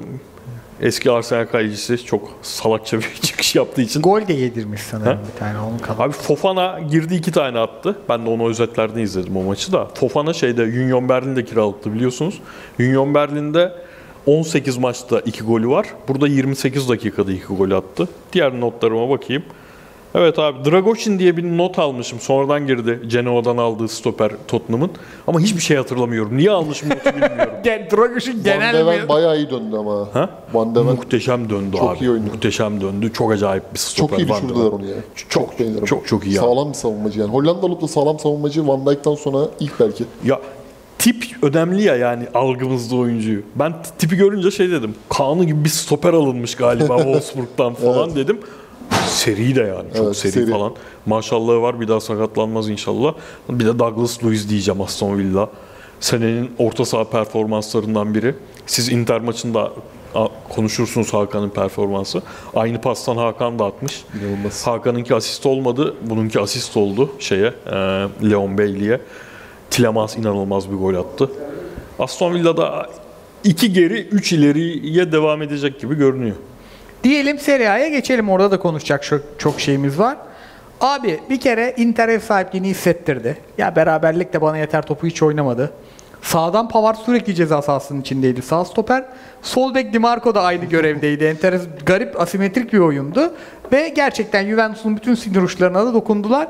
Eski Arsenal kalecisi çok salakça bir çıkış yaptığı için. Gol de yedirmiş sanırım Ha? bir tane onun kadar. Abi Fofana girdi, iki tane attı. Ben de onu özetlerden izledim o maçı da. Fofana şeyde Union Berlin'de kiralıktı biliyorsunuz. Union Berlin'de on sekiz maçta iki golü var. Burada yirmi sekiz dakikada iki gol attı. Diğer notlarıma bakayım. Evet abi, Dragosin diye bir not almışım. Sonradan girdi. Genoa'dan aldığı stoper Tottenham'ın. Ama hiçbir şey hatırlamıyorum. Niye almışım notu bilmiyorum. Gen Dragosin Van genel de bir... Ven bayağı iyi döndü ama. Ha? Van de Ven Muhteşem döndü Çok abi. iyi oyuncu. Muhteşem döndü. Çok acayip bir stoper. çok iyi Van de düşürdüler Ven. onu ya. Çok Çok beğenirim. çok çok iyi ya. Sağlam bir savunmacı yani. Hollandalı da sağlam savunmacı. Van Dijk'tan sonra ilk belki. Ya tip önemli ya, yani algımızda oyuncuyu. Ben tipi görünce şey dedim. Kaan'ı gibi bir stoper alınmış galiba Wolfsburg'dan falan Evet. dedim. Seri de yani. Çok Evet, seri, seri. falan. Maşallahı var. Bir daha sakatlanmaz inşallah. Bir de Douglas Luiz diyeceğim, Aston Villa. Senenin orta saha performanslarından biri. Siz Inter maçında a, konuşursunuz Hakan'ın performansı. Aynı pastan Hakan da atmış. İnanılmaz. Hakan'ınki asist olmadı. Bununki asist oldu şeye. E, Leon Bailey'e. Tielemans inanılmaz bir gol attı. Aston Villa'da iki geri, üç ileriye devam edecek gibi görünüyor. Diyelim Serie A'ya geçelim. Orada da konuşacak çok, çok şeyimiz var. Abi bir kere Inter ev sahipliğini hissettirdi. Ya beraberlik de bana yeter, topu hiç oynamadı. Sağdan Pavard sürekli ceza sahasının içindeydi. Sağ stoper. Sol bek Di Marco da aynı görevdeydi. Enteres, garip, asimetrik bir oyundu. Ve gerçekten Juventus'un bütün sinir uçlarına da dokundular.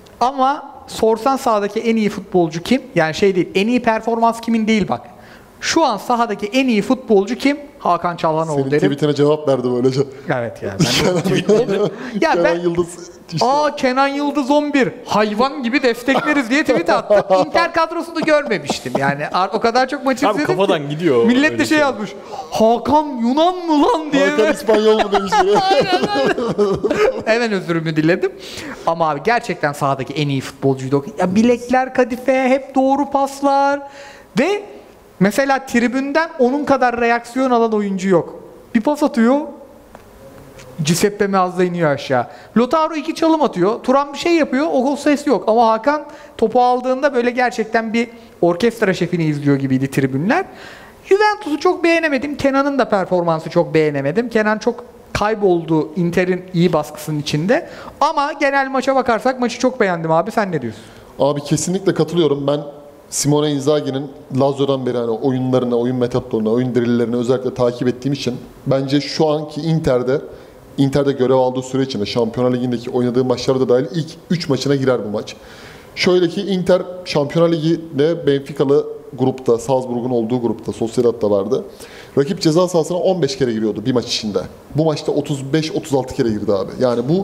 Ama sorsan sahadaki en iyi futbolcu kim? Yani şey değil, en iyi performans kimin değil bak. Şu an sahadaki en iyi futbolcu kim? Hakan Çalhanoğlu Senin derim. tweetine cevap verdi böylece. Evet yani. Ben ya Kenan ben Yıldız işte. Aa Kenan Yıldız on bir hayvan gibi destekleriz diye tweet attım. Inter kadrosunu görmemiştim yani. Ar- O kadar çok maçı Abi izledim kafadan ki. gidiyor Millet öyle de şey şey. yazmış. Hakan Yunan mı lan diye. Hakan İspanyol mu demiş biri. Hemen özürümü diledim. Ama abi gerçekten sahadaki en iyi futbolcuydu. Ya bilekler kadife, hep doğru paslar ve mesela tribünden onun kadar reaksiyon alan oyuncu yok. Bir pas atıyor, Giuseppe Meazza iniyor aşağı. Lautaro iki çalım atıyor, Turan bir şey yapıyor, o ses yok. Ama Hakan topu aldığında böyle gerçekten bir orkestra şefini izliyor gibiydi tribünler. Juventus'u çok beğenemedim, Kenan'ın da performansı çok beğenemedim. Kenan çok kayboldu Inter'in iyi baskısının içinde. Ama genel maça bakarsak maçı çok beğendim abi, sen ne diyorsun? Abi kesinlikle katılıyorum. Ben Simone Inzaghi'nin Lazio'dan beri hani oyunlarına, oyun metotlarına, oyun drilllerine özellikle takip ettiğim için bence şu anki Inter'de Inter'de görev aldığı süre içinde Şampiyonlar Ligi'ndeki oynadığı maçlarda dahil ilk üç maçına girer bu maç. Şöyle ki Inter Şampiyonlar Ligi'de Benfica'lı grupta, Salzburg'un olduğu grupta, Sociedad'da vardı. Rakip ceza sahasına on beş kere giriyordu bir maç içinde. Bu maçta otuz beş otuz altı kere girdi abi. Yani bu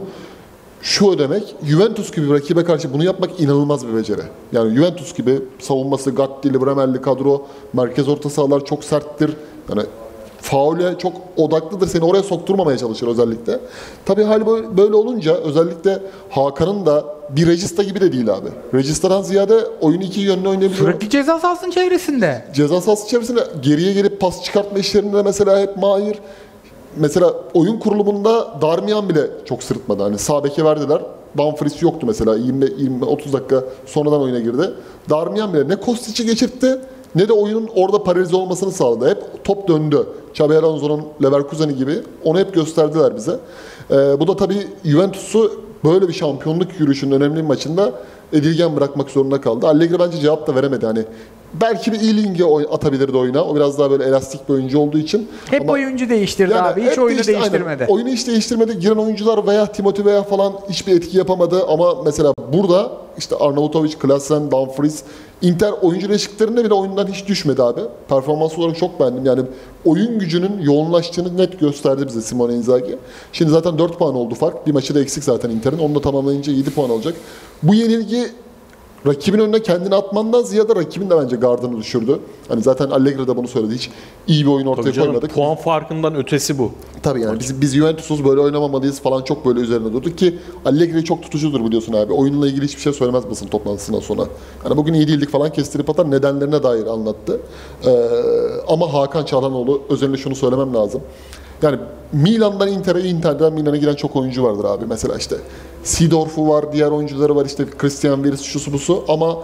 şu demek, Juventus gibi bir rakibe karşı bunu yapmak inanılmaz bir beceri. Yani Juventus gibi savunması Gatti'li, Bremer'li kadro, merkez orta sahalar çok serttir. Yani faule çok odaklıdır, seni oraya sokturmamaya çalışır özellikle. Tabii hal böyle olunca özellikle Hakan'ın da bir Regista gibi de değil abi. Regista'dan ziyade oyunu iki yönlü oynayabiliyor. Sürekli ceza sahasının çevresinde. Ceza sahası içerisinde geriye gelip pas çıkartma işlerinde mesela hep mahir. Mesela oyun kurulumunda Darmian bile çok sırıtmadı. Hani sağ beke verdiler. Dumfries yoktu mesela. yirmi yirmi otuz dakika sonradan oyuna girdi. Darmian bile ne Kostic'i geçirtti ne de oyunun orada paralize olmasını sağladı. Hep top döndü. Xabi Alonso'nun Leverkusen'i gibi. Onu hep gösterdiler bize. Ee, bu da tabii Juventus'u böyle bir şampiyonluk yürüyüşünün önemli bir maçında edilgen bırakmak zorunda kaldı. Allegri bence cevap da veremedi. Hani belki bir Ealing'e atabilirdi oyuna. O biraz daha böyle elastik bir oyuncu olduğu için. Hep Ama oyuncu değiştirdi yani abi. Hiç hep oyunu değişti, değiştirmedi. aynen. Oyunu hiç değiştirmedi. Giren oyuncular veya Timothy veya falan hiçbir etki yapamadı. Ama mesela burada işte Arnautovic, Klaassen, Dumfries, Inter oyuncu değişikliklerinde bile oyundan hiç düşmedi abi. Performans olarak çok beğendim. Yani oyun gücünün yoğunlaştığını net gösterdi bize Simone Inzaghi. Şimdi zaten dört puan oldu fark. Bir maçı da eksik zaten Inter'in. Onu da tamamlayınca yedi puan olacak. Bu yenilgi rakibin önüne kendini atmandan ziyade rakibin de bence gardını düşürdü. Hani zaten Allegri de bunu söyledi. Hiç iyi bir oyun ortaya Tabii canım, koymadık. puan farkından ötesi bu. Tabii yani biz, biz Juventus'uz böyle oynamamalıyız falan çok böyle üzerine durduk ki Allegri çok tutucudur biliyorsun abi. Oyunla ilgili hiçbir şey söylemez basın toplantısından sonra. Yani bugün iyi değildik falan kestirip atar nedenlerine dair anlattı. Ee, ama Hakan Çalhanoğlu özellikle şunu söylemem lazım. Yani Milan'dan Inter'e, Inter'den Milan'a giren çok oyuncu vardır abi. Mesela işte Seedorf'u var, diğer oyuncuları var işte Christian Vieri, şusu busu ama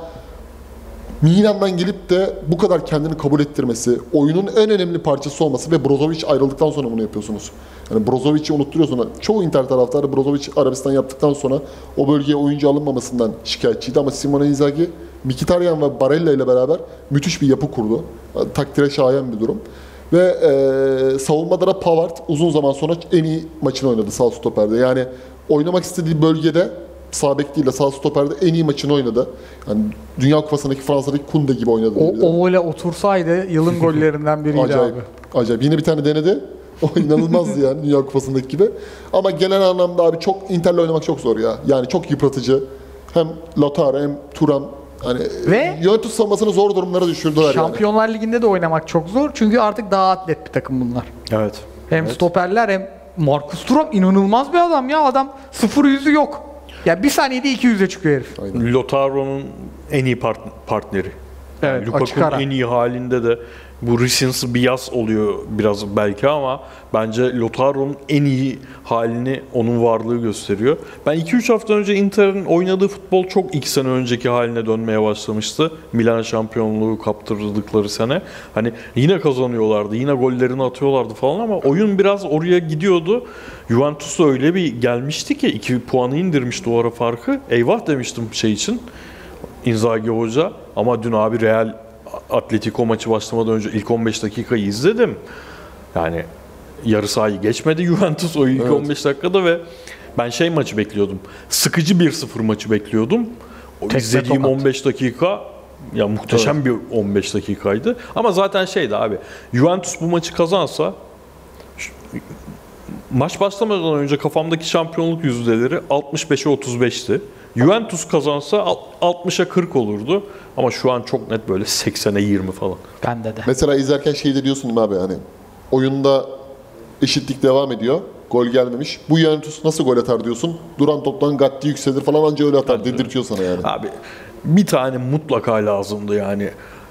Milan'dan gelip de bu kadar kendini kabul ettirmesi, oyunun en önemli parçası olması ve Brozovic ayrıldıktan sonra bunu yapıyorsunuz. Yani Brozovic'i unutturuyorsun. Çoğu Inter taraftarı Brozovic Arabistan yaptıktan sonra o bölgeye oyuncu alınmamasından şikayetçiydi ama Simone Inzaghi, Mkhitaryan ve Barella ile beraber müthiş bir yapı kurdu. Takdire şayan bir durum. Ve e, savunmada da Pavard uzun zaman sonra en iyi maçını oynadı sağ stoperde. Yani oynamak istediği bölgede sağ bek değil de sağ stoperde en iyi maçını oynadı. Yani Dünya Kupası'ndaki Fransa'daki Kunde gibi oynadı. O, o vole otursaydı yılın gollerinden biriydi acayip, abi. Acayip. Yine bir tane denedi. O inanılmazdı yani Dünya Kupası'ndaki gibi. Ama genel anlamda abi çok Inter'le oynamak çok zor ya. Yani çok yıpratıcı. Hem Lautaro hem Thuram hani Ve Juventus savunmasını zor durumlara düşürdüler Şampiyonlar yani. Ligi'nde de oynamak çok zor. Çünkü artık daha atlet bir takım bunlar. Evet. Hem evet. stoperler hem Marcus Thuram inanılmaz bir adam ya. Adam sıfır yüzü yok. Ya bir saniyede iki yüze çıkıyor herif. Aynen. Lautaro'nun en iyi part- partneri. Evet, Yani Lukaku'nun en iyi halinde de bu recency bias oluyor biraz belki ama bence Lautaro'nun en iyi halini onun varlığı gösteriyor. Ben iki üç hafta önce Inter'in oynadığı futbol çok iki sene önceki haline dönmeye başlamıştı. Milan şampiyonluğu kaptırdıkları sene. Hani yine kazanıyorlardı, yine gollerini atıyorlardı falan ama oyun biraz oraya gidiyordu. Juventus öyle bir gelmişti ki iki puanı indirmişti o ara farkı. Eyvah demiştim şey için. Inzaghi hoca ama dün abi Real Atletico maçı başlamadan önce ilk on beş dakikayı izledim. Yani yarı sahayı geçmedi Juventus o ilk evet. on beş dakikada ve ben şey maçı bekliyordum. Sıkıcı bir sıfır maçı bekliyordum. O Tek izlediğim on beş dakika ya muhteşem evet. bir on beş dakikaydı. Ama zaten şeydi abi. Juventus bu maçı kazansa maç başlamadan önce kafamdaki şampiyonluk yüzdeleri altmış beşe otuz beşti. Juventus kazansa altmışa kırk olurdu. Ama şu an çok net böyle seksene yirmi falan. Bende de. Mesela izlerken şey de diyorsun değil mi abi hani oyunda eşitlik devam ediyor. Gol gelmemiş. Bu Juventus nasıl gol atar diyorsun. Duran toptan Gatti yükselir falan anca öyle atar. Evet, dedirtiyor sana yani. Abi bir tane mutlaka lazımdı yani.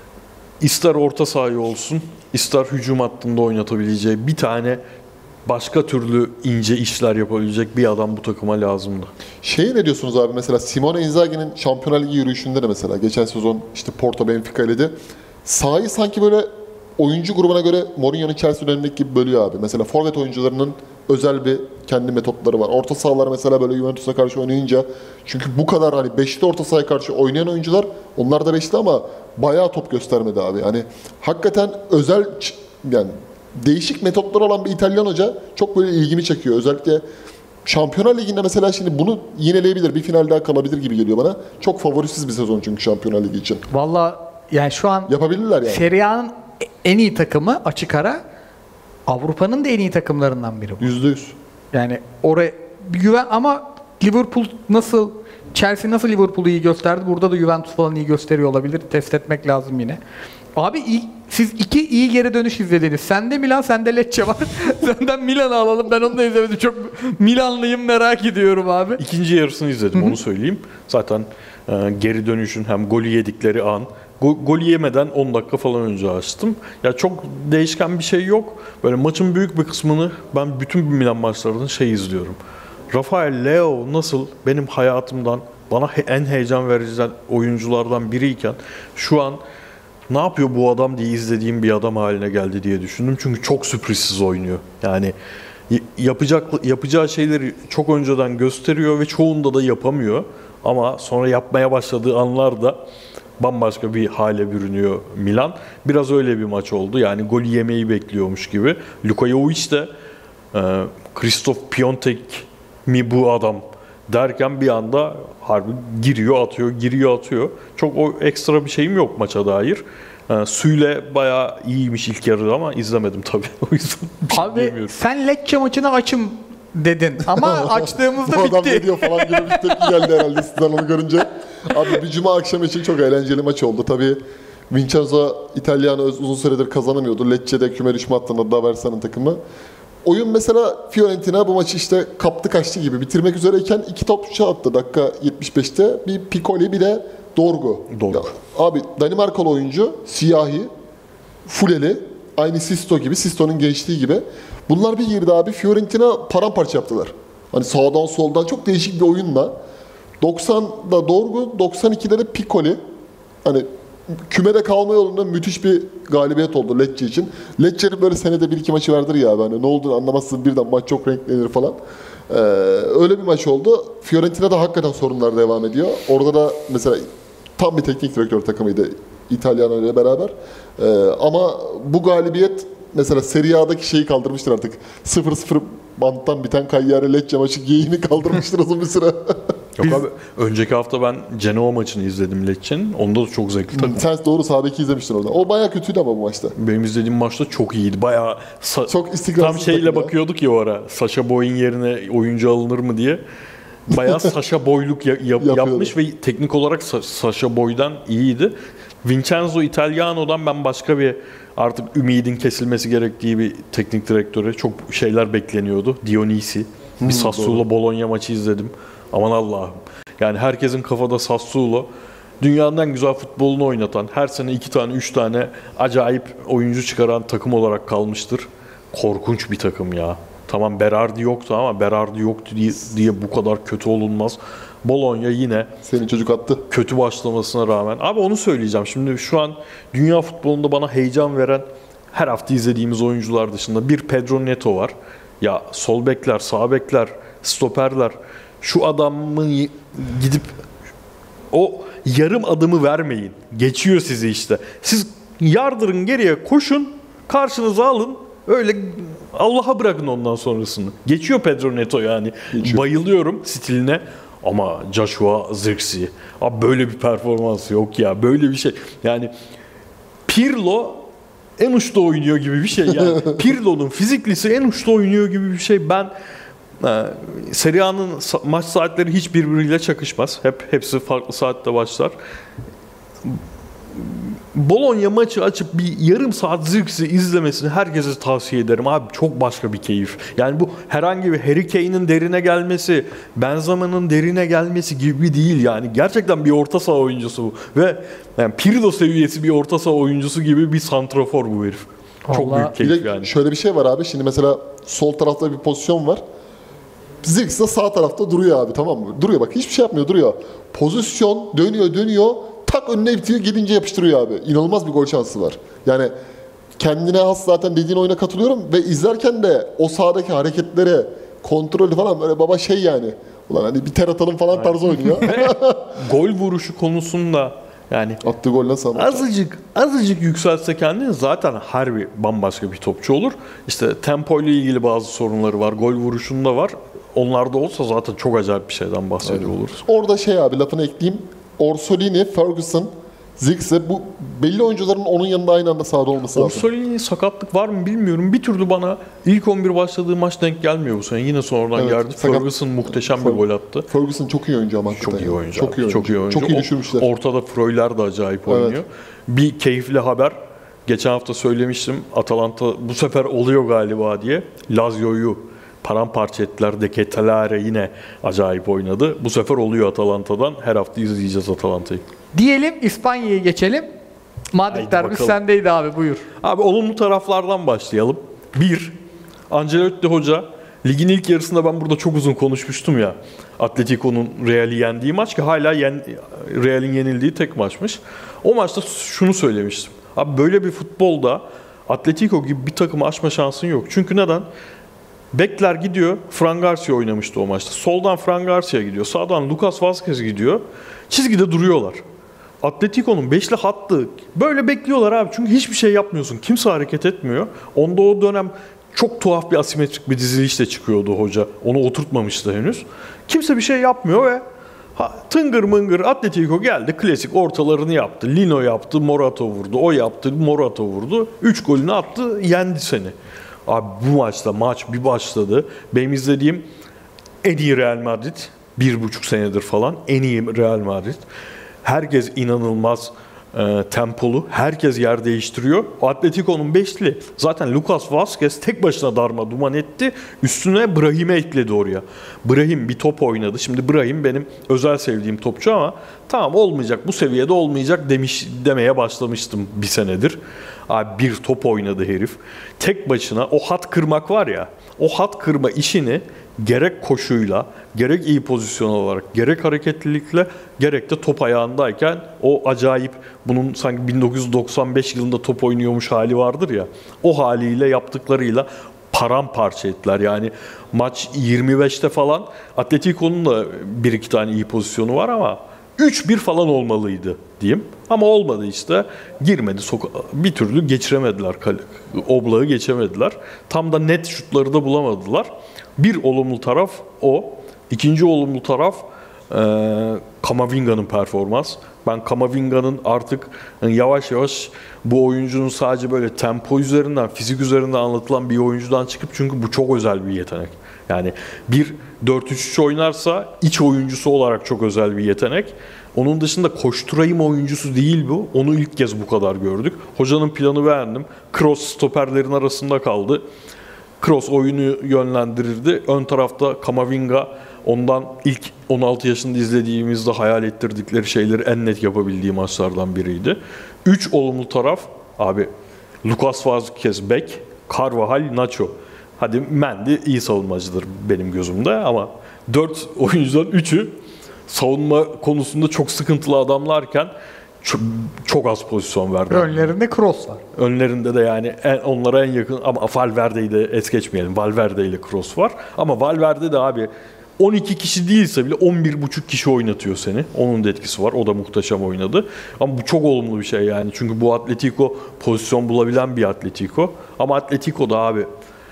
İster orta sahayı olsun, ister hücum hattında oynatabileceği bir tane başka türlü ince işler yapabilecek bir adam bu takıma lazımdı. Şey ne diyorsunuz abi mesela Simone Inzaghi'nin Şampiyonlar Ligi yürüyüşünde de mesela geçen sezon işte Porto Benfica ile sahayı sanki böyle oyuncu grubuna göre Mourinho'nun Chelsea dönemindeki gibi bölüyor abi. Mesela forvet oyuncularının özel bir kendi metotları var. Orta sahalar mesela böyle Juventus'a karşı oynayınca çünkü bu kadar hani beşli orta sahaya karşı oynayan oyuncular onlar da beşli ama bayağı top göstermedi abi. Hani hakikaten özel yani değişik metotları olan bir İtalyan hoca çok böyle ilgimi çekiyor. Özellikle Şampiyonlar Ligi'nde mesela şimdi bunu yineleyebilir. Bir final daha kalabilir gibi geliyor bana. Çok favorisiz bir sezon çünkü Şampiyonlar Ligi için. Valla yani şu an yapabilirler yani. Serie A'nın en iyi takımı açık ara Avrupa'nın da en iyi takımlarından biri bu. Yüzde yüz. Yani oraya bir güven ama Liverpool nasıl Chelsea nasıl Liverpool'u iyi gösterdi. Burada da Juventus falan iyi gösteriyor olabilir. Test etmek lazım yine. Abi iyi, siz iki iyi geri dönüş izlediniz. Sende Milan, sende Lecce var. Senden Milan'ı alalım. Ben onu da izlemedim. Çok Milanlıyım, merak ediyorum abi. İkinci yarısını izledim, onu söyleyeyim. Zaten e, geri dönüşün hem golü yedikleri an, go- golü yemeden on dakika falan önce açtım. Ya çok değişken bir şey yok. Böyle maçın büyük bir kısmını ben bütün Milan maçlarını şey izliyorum. Rafael Leao nasıl benim hayatımdan bana he- en heyecan verici oyunculardan biriyken şu an ne yapıyor bu adam diye izlediğim bir adam haline geldi diye düşündüm. Çünkü çok sürprizsiz oynuyor. Yani yapacak yapacağı şeyleri çok önceden gösteriyor ve çoğunda da yapamıyor. Ama sonra yapmaya başladığı anlarda bambaşka bir hale bürünüyor Milan. Biraz öyle bir maç oldu. Yani golü yemeyi bekliyormuş gibi. Luka Jovic de e, Christoph Piontek mi bu adam derken bir anda harbi giriyor atıyor, giriyor atıyor. Çok o ekstra bir şeyim yok maça dair. Yani Süle bayağı iyiymiş ilk yarıda ama izlemedim tabii. O yüzden abi sen Lecce maçını açım dedin ama açtığımızda bu bitti. Bu adam ne diyor falan gibi bir tepki geldi herhalde sizden onu görünce. Abi bir cuma akşamı için çok eğlenceli maç oldu. Tabii Vincenzo İtalyanı uzun süredir kazanamıyordu. Lecce'de küme düşme hattında Daversa'nın takımı. Oyun mesela Fiorentina bu maçı işte kaptı kaçtı gibi bitirmek üzereyken iki top attı dakika yetmiş beşte. Bir Piccoli bir de Dorgu. Dorgu. Ya, abi Danimarkalı oyuncu, siyahi, fuleli, aynı Sisto gibi, Sisto'nun gençliği gibi. Bunlar bir girdi abi Fiorentina paramparça yaptılar. Hani sağdan soldan çok değişik bir oyunla. doksanda Dorgu, doksan ikide de Piccoli. Hani kümede kalma yolunda müthiş bir galibiyet oldu Lecce için. Lecce'nin böyle senede bir iki maçı vardır ya abi. Hani ne olduğunu anlamazsın birden maç çok renklenir falan. Ee, öyle bir maç oldu. Fiorentina'da hakikaten sorunlar devam ediyor. Orada da mesela tam bir teknik direktör takımıydı İtalyan ile beraber. Ee, ama bu galibiyet mesela Serie A'daki şeyi kaldırmıştır artık. sıfır sıfır banttan biten Cagliari Lecce maçı geyiğini kaldırmıştır uzun bir süre. Yok abi, önceki hafta ben Genoa maçını izledim Lecce'nin. Onda da çok zevkli takım. Sen doğru sahadaki izlemiştin orada. O bayağı kötüydü ama bu maçta. Benim izlediğim maçta çok iyiydi. Bayağı sa- Çok istikrarsız tam şeyle takım ya. bakıyorduk ya o ara. Sacha Boey'in yerine oyuncu alınır mı diye. Bayağı Sacha Boey'luk ya- yap- yapmış ve teknik olarak Sa- Sacha Boey'den iyiydi. Vincenzo Italiano'dan ben başka bir artık ümidin kesilmesi gerektiği bir teknik direktöre çok şeyler bekleniyordu. Dionisi. Bir Sassuolo Bologna maçı izledim. Aman Allah'ım. Yani herkesin kafada Sassuolo. Dünyanın en güzel futbolunu oynatan, her sene iki tane, üç tane acayip oyuncu çıkaran takım olarak kalmıştır. Korkunç bir takım ya. Tamam Berardi yoktu ama Berardi yoktu diye, diye bu kadar kötü olunmaz. Bologna yine Senin çocuk attı. kötü başlamasına rağmen. Abi onu söyleyeceğim. Şimdi şu an dünya futbolunda bana heyecan veren her hafta izlediğimiz oyuncular dışında bir Pedro Neto var. Ya sol bekler, sağ bekler, stoperler. Şu adamın gidip o yarım adımı vermeyin. Geçiyor sizi işte. Siz yardırın geriye koşun, karşınıza alın. Öyle Allah'a bırakın ondan sonrasını. Geçiyor Pedro Neto yani. Geçiyor. Bayılıyorum stiline. Ama Joshua Zirkzee. Abi böyle bir performans yok ya. Böyle bir şey. Yani Pirlo en uçta oynuyor gibi bir şey. Yani Pirlo'nun fiziklisi en uçta oynuyor gibi bir şey. Ben e, Serie A'nın sa- maç saatleri hiç birbiriyle çakışmaz. Hep hepsi farklı saatte başlar. Bologna maçı açıp bir yarım saat Zirkzee izlemesini herkese tavsiye ederim. Abi çok başka bir keyif. Yani bu herhangi bir Harry Kane'in derine gelmesi, Benzema'nın derine gelmesi gibi değil yani. Gerçekten bir orta saha oyuncusu bu. Ve yani Pirlo seviyesi bir orta saha oyuncusu gibi bir santrafor bu herif. Çok Vallahi büyük Bir keyif de yani. şöyle bir şey var abi. Şimdi mesela sol tarafta bir pozisyon var. Zirkzee sağ tarafta duruyor abi, tamam mı? Duruyor bak, hiçbir şey yapmıyor, duruyor. Pozisyon dönüyor dönüyor. Tak önüne bitiyor, gidince yapıştırıyor abi. İnanılmaz bir gol şansı var. Yani kendine has zaten dediğin oyuna katılıyorum ve izlerken de o sahadaki hareketleri, kontrolü falan böyle baba şey yani. Ulan hani bir ter atalım falan tarzı oynuyor. Gol vuruşu konusunda yani Attığı golle sağ azıcık azıcık yükselse kendini zaten harbi bambaşka bir topçu olur. İşte tempo ile ilgili bazı sorunları var. Gol vuruşunda var. Onlar da olsa zaten çok acayip bir şeyden bahsediyor oluruz. Orada şey abi, lafını ekleyeyim. Orsolini, Ferguson, Zirkzee, bu belli oyuncuların onun yanında aynı anda sahada olması lazım. Orsolini sakatlık var mı bilmiyorum. Bir türlü bana ilk on bir başladığı maç denk gelmiyor bu sene. Yine sonradan Evet, geldi. sakat- Ferguson muhteşem bir Fer- gol attı. Ferguson çok iyi oyuncu ama hakikaten Çok iyi ya. oyuncu. Çok abi, iyi oyuncu. Çok iyi oyuncu. Çok iyi O- düşürmüşler. Ortada Freuler de acayip oynuyor. Bir keyifli haber. Geçen hafta söylemiştim. Atalanta bu sefer oluyor galiba diye. Lazio'yu paramparça ettiler. De Ketelare yine acayip oynadı. Bu sefer oluyor Atalanta'dan. Her hafta izleyeceğiz Atalanta'yı. Diyelim İspanya'ya geçelim. Madrid Haydi derbisi bakalım. sendeydi abi, buyur. Abi olumlu taraflardan başlayalım. Bir, Ancelotti Hoca ligin ilk yarısında ben burada çok uzun konuşmuştum ya. Atletico'nun Real'i yendiği maç ki hala yen, Real'in yenildiği tek maçmış. O maçta şunu söylemiştim. Abi böyle bir futbolda Atletico gibi bir takımı aşma şansın yok. Çünkü neden? Bekler gidiyor. Fran Garcia oynamıştı o maçta. Soldan Fran Garcia gidiyor. Sağdan Lucas Vazquez gidiyor. Çizgide duruyorlar. Atletico'nun beşli hattı böyle bekliyorlar abi. Çünkü hiçbir şey yapmıyorsun. Kimse hareket etmiyor. Onda o dönem çok tuhaf bir asimetrik bir dizilişle çıkıyordu hoca. Onu oturtmamıştı henüz. Kimse bir şey yapmıyor ve ha, tıngır mıngır Atletico geldi. Klasik ortalarını yaptı. Lino yaptı. Morato vurdu. O yaptı. Morato vurdu. Üç golünü attı. Yendi seni. Abi bu maçta maç bir başladı. Benim izlediğim en iyi Real Madrid bir buçuk senedir falan en iyi Real Madrid. Herkes inanılmaz e, tempolu. Herkes yer değiştiriyor. Atletico'nun beşli. Zaten Lucas Vazquez tek başına darma duman etti. Üstüne Brahim'i ekledi oraya. Brahim bir top oynadı. Şimdi Brahim benim özel sevdiğim topçu ama tamam olmayacak, bu seviyede olmayacak demiş demeye başlamıştım bir senedir. Abi bir top oynadı herif. Tek başına o hat kırmak var ya, o hat kırma işini gerek koşuyla, gerek iyi pozisyon olarak, gerek hareketlilikle, gerek de top ayağındayken o acayip, bunun sanki bin dokuz yüz doksan beş yılında top oynuyormuş hali vardır ya, o haliyle yaptıklarıyla paramparça ettiler. Yani maç yirmi beşte falan Atletico'nun da bir iki tane iyi pozisyonu var ama üç bir falan olmalıydı diyeyim. Ama olmadı işte. Girmedi. Bir türlü geçiremediler. Oblak'ı geçemediler. Tam da net şutları da bulamadılar. Bir olumlu taraf o. İkinci olumlu taraf e, Kamavinga'nın performans. Ben Kamavinga'nın artık yani yavaş yavaş bu oyuncunun sadece böyle tempo üzerinden, fizik üzerinden anlatılan bir oyuncudan çıkıp, çünkü bu çok özel bir yetenek. Yani bir dört üç üç oynarsa iç oyuncusu olarak çok özel bir yetenek. Onun dışında koşturayım oyuncusu değil bu. Onu ilk kez bu kadar gördük. Hocanın planı beğendim. Kroos stoperlerin arasında kaldı. Kroos oyunu yönlendirirdi. Ön tarafta Kamavinga, ondan ilk on altı yaşında izlediğimizde hayal ettirdikleri şeyleri en net yapabildiği maçlardan biriydi. Üç olumlu taraf abi Lucas Vazquez bek, Carvajal, Nacho. Hadi Mendy iyi savunmacıdır benim gözümde ama dört oyuncudan üçü savunma konusunda çok sıkıntılı adamlarken çok, çok az pozisyon verdi. Önlerinde Kroos var. Önlerinde de yani en, onlara en yakın, ama Valverde'yi de es geçmeyelim. Valverde ile Kroos var. Ama Valverde de abi on iki kişi değilse bile on bir buçuk kişi oynatıyor seni. Onun da etkisi var. O da muhteşem oynadı. Ama bu çok olumlu bir şey yani. Çünkü bu Atletico pozisyon bulabilen bir Atletico. Ama Atletico'da abi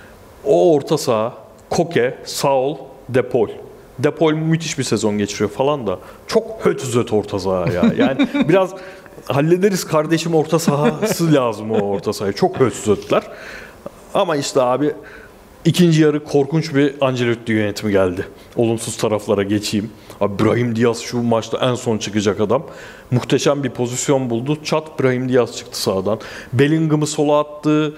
o orta saha, Koke, Saul, De Paul. De Paul müthiş bir sezon geçiriyor falan da çok hötüzöt orta saha ya. Yani biraz hallederiz kardeşim orta sahası lazım o orta sahaya. Çok hötüzötler. Ama işte abi ikinci yarı korkunç bir Ancelotti yönetimi geldi. Olumsuz taraflara geçeyim. Abi Brahim Diaz şu maçta en son çıkacak adam. Muhteşem bir pozisyon buldu. Çat Brahim Diaz çıktı sahadan. Bellingham'ı sola attı.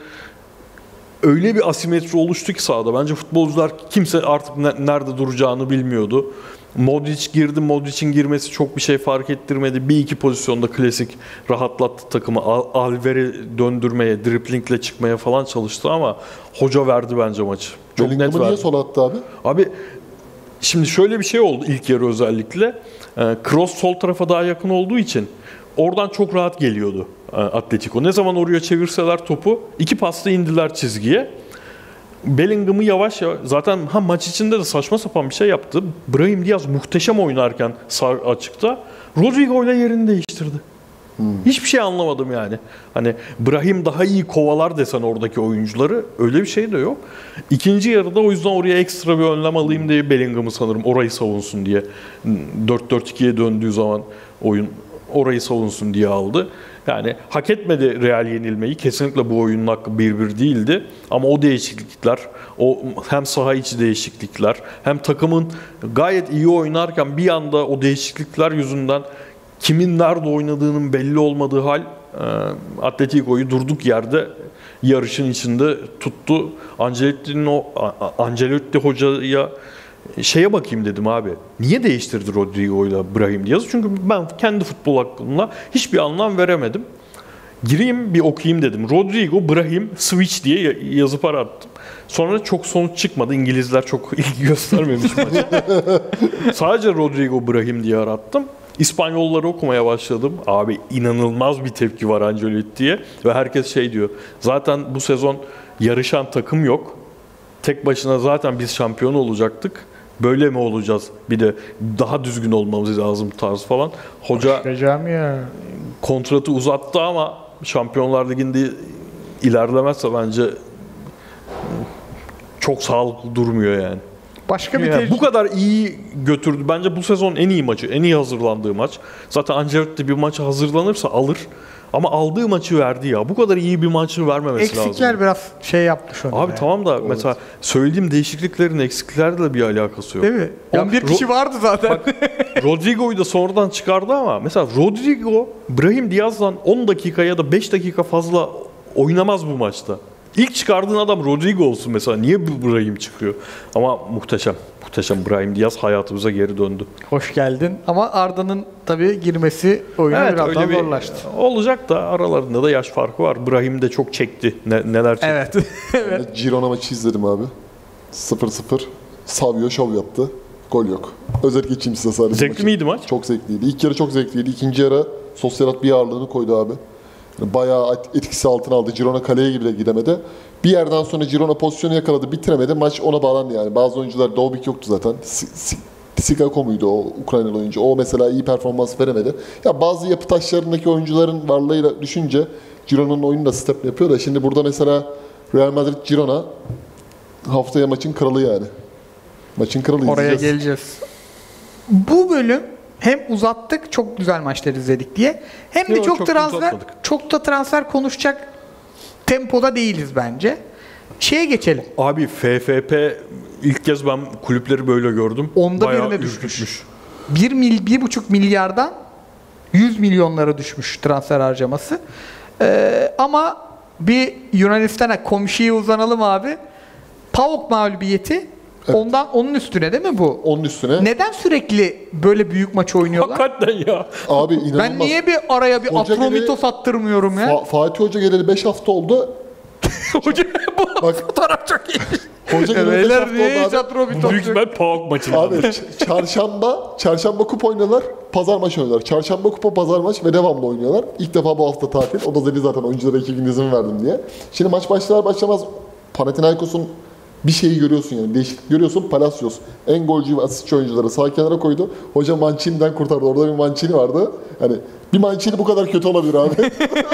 Öyle bir asimetri oluştu ki sahada. Bence futbolcular kimse artık ne, nerede duracağını bilmiyordu. Modric girdi. Modric'in girmesi çok bir şey fark ettirmedi. Bir iki pozisyonda klasik rahatlattı takımı. Al, Alver'i döndürmeye, driplingle çıkmaya falan çalıştı ama hoca verdi bence maçı. Çok net verdi. Niye sola attı abi? Abi şimdi şöyle bir şey oldu ilk yarı özellikle. Kroos sol tarafa daha yakın olduğu için oradan çok rahat geliyordu Atletico. Ne zaman oraya çevirseler topu, iki pasla indiler çizgiye. Bellingham'ı yavaş yavaş, zaten ha maç içinde de saçma sapan bir şey yaptı. Brahim Diaz muhteşem oynarken sağ açıkta Rodrigo ile yerini değiştirdi. Hmm. Hiçbir şey anlamadım yani. Hani Brahim daha iyi kovalar desen oradaki oyuncuları, öyle bir şey de yok. İkinci yarıda o yüzden oraya ekstra bir önlem alayım diye Bellingham'ı sanırım orayı savunsun diye dört dört ikiye döndüğü zaman oyun orayı savunsun diye aldı. Yani hak etmedi Real yenilmeyi. Kesinlikle bu oyunun hakkı bir bir değildi. Ama o değişiklikler, o hem saha içi değişiklikler, hem takımın gayet iyi oynarken bir anda o değişiklikler yüzünden kimin nerede oynadığının belli olmadığı hal Atletico'yu durduk yerde yarışın içinde tuttu. Ancelotti'nin o Ancelotti hocaya şeye bakayım dedim abi. Niye değiştirdi Rodrigo ile Brahim Diaz'ı? Çünkü ben kendi futbol hakkında hiçbir anlam veremedim. Gireyim bir okuyayım dedim. Rodrigo, Brahim, switch diye yazıp arattım. Sonra çok sonuç çıkmadı. İngilizler çok ilgi göstermemiş maça. Sadece Rodrigo, Brahim diye arattım. İspanyolları okumaya başladım. Abi inanılmaz bir tepki var Ancelotti'ye. Ve herkes şey diyor. Zaten bu sezon yarışan takım yok. Tek başına zaten biz şampiyon olacaktık. Böyle mi olacağız? Bir de daha düzgün olmamız lazım tarz falan. Hoca ya. kontratı uzattı ama Şampiyonlar Ligi'nde ilerlemezse bence çok sağlıklı durmuyor yani. Başka bir yani tecrübe. Bu kadar iyi götürdü. Bence bu sezon en iyi maçı, en iyi hazırlandığı maç. Zaten Ancelotti bir maça hazırlanırsa alır. Ama aldığı maçı verdi ya. Bu kadar iyi bir maçı vermemesi lazım. Eksikler biraz şey yaptı şu an. Abi tamam da mesela söylediğim değişikliklerin eksiklerle de bir alakası yok. Değil mi? Ya on bir kişi Ro- vardı zaten. Rodrigo'yu da sonradan çıkardı ama mesela Rodrigo, Brahim Diaz'dan on dakika ya da beş dakika fazla oynamaz bu maçta. İlk çıkardığın adam Rodrigo olsun mesela. Niye bu Brahim çıkıyor? Ama muhteşem. Muhteşem. Brahim Diaz hayatımıza geri döndü. Hoş geldin. Ama Arda'nın tabii girmesi oyunu Evet, biraz daha öyle bir zorlaştı. olacak da aralarında da yaş farkı var. Brahim de çok çekti. Ne, neler çekti. Evet. Evet. Girona maçı izledim abi. sıfır sıfır. Savio şov yaptı. Gol yok. Özet geçeyim size sadece. Zevkli maçı. miydi maç? Çok zevkliydi. İlk yarı çok zevkliydi. İkinci yarı Sosyerat bir ağırlığını koydu abi. Yani bayağı etkisi altına aldı. Girona kaleye bile gidemedi. Bir yerden sonra Girona pozisyonu yakaladı. Bitiremedi. Maç ona bağlandı yani. Bazı oyuncular Dovbik yoktu zaten. Sikako muydu o Ukraynalı oyuncu? O mesela iyi performans veremedi. Ya bazı yapı taşlarındaki oyuncuların varlığıyla düşünce Girona'nın oyunu da step yapıyor da şimdi burada mesela Real Madrid Girona haftaya maçın kralı yani. Maçın kralı Oraya izleyeceğiz. geleceğiz. Bu bölüm hem uzattık, çok güzel maçlar izledik diye. Hem de Yok, çok, çok transfer, uzatmadık. çok da transfer konuşacak tempoda değiliz bence. Şeye geçelim. Abi F F P ilk kez ben kulüpleri böyle gördüm. Onda Bayağı birine düşmüş. ürkütmüş. bir mil, bir buçuk milyardan yüz milyonlara düşmüş transfer harcaması. Ee, ama bir Yunanistan'a komşuya uzanalım abi. PAOK mağlubiyeti ondan onun üstüne değil mi bu? Onun üstüne. Neden sürekli böyle büyük maç oynuyorlar? Hakikaten ya. Abi inanılmaz. Ben niye bir araya bir Hoca Atromitos attırmıyorum ya? Fa- Fatih Hoca geleli beş hafta oldu. Hoca bu Bak- fotoğraf çok iyi. Hoca geleli beş Beyler hafta niye hiç oldu abi. Atromitos Büyük yok? ben PAOK maçı. Abi ç- çarşamba, çarşamba kupa oynuyorlar, pazar maçı oynuyorlar. Çarşamba kupa, pazar maç ve devamlı oynuyorlar. İlk defa bu hafta tatil. O da dedi zaten oyunculara iki gün izin verdim diye. Şimdi maç başlar başlamaz Panathinaikos'un bir şeyi görüyorsun yani. Değişiklik görüyorsun. Palacios en golcü ve asistçi oyuncuları sağ kenara koydu. Hoca Mancini'den kurtardı. Orada bir Mancini vardı. Yani bir Mancini bu kadar kötü olabilir abi.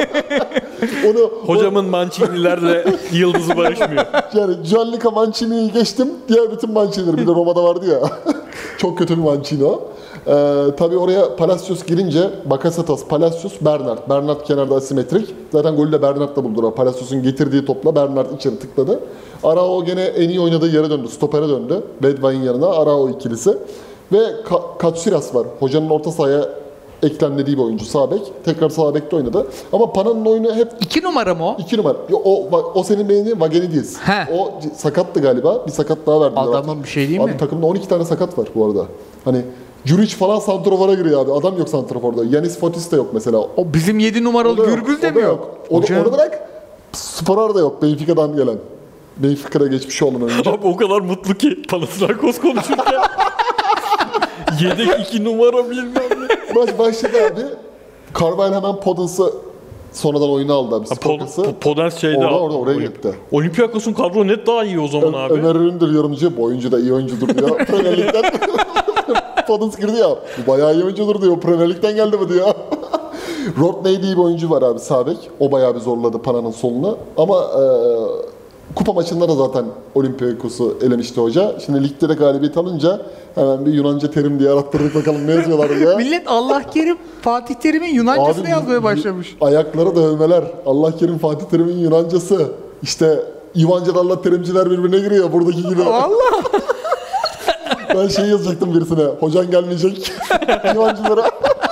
Onu Hocamın Mancini'lerle yıldızı barışmıyor. yani Gianluca Mancini'yi geçtim. Diğer bütün Mancini'leri bir de Roma'da vardı ya. Çok kötü bir Mancini o. Ee, tabii oraya Palacios girince Bakasetas, Palacios, Bernard. Bernard kenarda asimetrik. Zaten golü de Bernard'da buldular. Palacios'un getirdiği topla Bernard içeri tıkladı. Arao gene en iyi oynadığı yere döndü. Stopere döndü. Bedvay'ın yanına Arao ikilisi. Ve Ka- Katsiras var. Hocanın orta sahaya eklemlediği bir oyuncu. Sağ bek. Tekrar sağ bekte oynadı. Ama Pana'nın oyunu hep İki numara mı o? İki numara. Yo, o, o senin beğendiğin Vagenidis. He. O c- sakattı galiba. Bir sakat daha verdiler. Adamın artık. bir şey değil abi, mi? takımda on iki tane sakat var bu arada. Hani Juric falan santrofora giriyor abi. Adam yok santroforda. Yanis Fotis de yok mesela. O O bizim yedi numaralı da yok, Gürbüz de o da mi yok? O da, Hocam. onu bırak. Sporar da yok. Benfica'dan gelen. Benfica'da geçmiş olan oyuncu. Abi o kadar mutlu ki Panathinaikos konuşurken. Yedek iki numara bilmem ne. Maç başladı abi. Carvalho hemen Podens'ı sonradan oyuna aldı abi. Sportası. Pod- Podens şeyde. Orada orada oraya gitti. Olympiakos'un kadro net daha iyi o zaman Ö- abi. Ömer Üründür yorumcu. Bu oyuncu da iyi oyuncudur diyor. Premier Lig'den. Podens girdi ya. Bu bayağı iyi oyuncudur diyor. Premier Lig'den geldi mi diyor. Rodney diye bir oyuncu var abi sağ bek. O bayağı bir zorladı Pana'nın solunu. Ama e, kupa maçında da zaten Olympiakos'u elemişti hoca. Şimdi ligde de galibiyet alınca hemen bir Yunanca terim diye arattırdık bakalım ne yazıyorlar diye. Millet Allah Kerim Fatih Terim'in Yunancasını Abi, yazmaya y- başlamış. Ayaklara dövmeler. Allah kerim Fatih Terim'in Yunancası. İşte İvancalarla terimciler birbirine giriyor buradaki gibi. Allah. Ben şey yazacaktım birisine. Hocan gelmeyecek. İvancılara.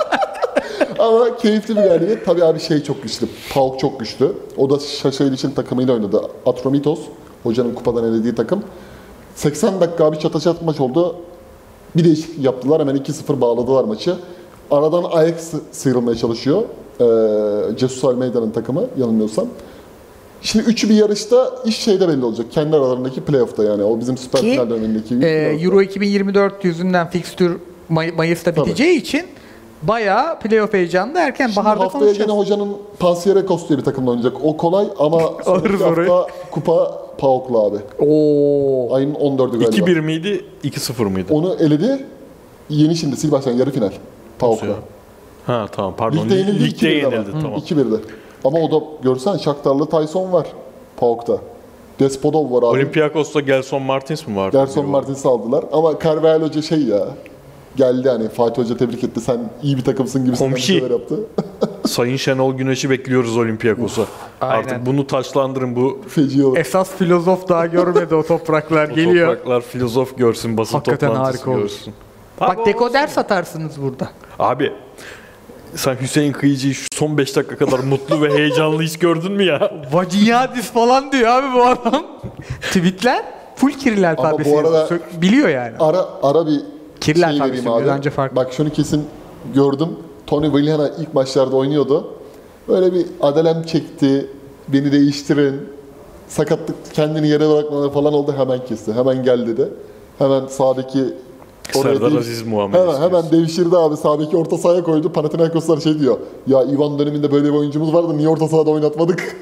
Ama keyifli bir galibiyet. Tabii abi şey çok güçlü. PAOK çok güçlü. O da Şaşaylıç'ın takımıyla oynadı. Atromitos. Hocanın kupadan elediği takım. seksen dakika abi çata çat maç oldu. Bir değişiklik yaptılar. Hemen iki sıfır bağladılar maçı. Aradan Ajax sıyrılmaya çalışıyor. Ee, Jesus Almeida'nın takımı yanılmıyorsam. Şimdi üçü bir yarışta iş şeyde belli olacak. Kendi aralarındaki playoff'ta yani. O bizim süper Ki, final dönemindeki Ee, playoff'ta. Euro iki bin yirmi dört yüzünden fikstür May- Mayıs'ta Tabii. biteceği için bayağı playoff heyecanlı erken Şimdi baharda haftaya konuşacağız. yine hocanın Panathinaikos diye bir takımla oynayacak. O kolay ama sonraki orayı. hafta kupa PAOK'la abi. Oo. Ayın on dördü galiba. iki bir miydi, iki sıfır mıydı? Onu eledi. Yeni şimdi sil başlayan yarı final. PAOK'la. Ha tamam pardon. Ligde yenildi. Ligde iki birde yenildi ama. tamam. iki birde. Ama o da görsen Shakhtarlı Tyson var PAOK'ta. Despodov var abi. Olympiakos'ta Gelson Martins mi vardı? Gerson Martins'i aldılar. Ama Carvalho Hoca şey ya. geldi hani Fatih Hoca tebrik etti. Sen iyi bir takımsın gibisinden bir Komşi. şeyler yaptı. Sayın Şenol Güneş'i bekliyoruz Olympiakos'a. Aynen. Artık bunu taşlandırın, bu Feci olur. Esas filozof daha görmedi o topraklar o geliyor. topraklar filozof görsün, basın Hakikaten toplantısı harika olur. görsün. Abi Bak o- dekoder satarsınız burada. Abi sen Hüseyin Kıyıcı'yı şu son beş dakika kadar mutlu ve heyecanlı hiç gördün mü ya? Vaciyadis falan diyor abi bu adam. Tweetler full Kiril alfabesi. bu arada- yazıyor. Biliyor yani. Ara ara bir Kirli şey alfabesi vereyim abi. biraz önce farklı. Bak şunu kesin gördüm. Tony Valiana ilk maçlarda oynuyordu. Böyle bir adelem çekti. Beni değiştirin. Sakatlık kendini yere bırakmalar falan oldu. Hemen kesti. Hemen gel dedi. Hemen sağdaki Serdar dev- Aziz muamelesi Hemen, hemen diyorsun. devşirdi abi. Sağdaki orta sahaya koydu. Panathinaikoslar şey diyor. Ya Ivan döneminde böyle bir oyuncumuz vardı. Niye orta sahada oynatmadık?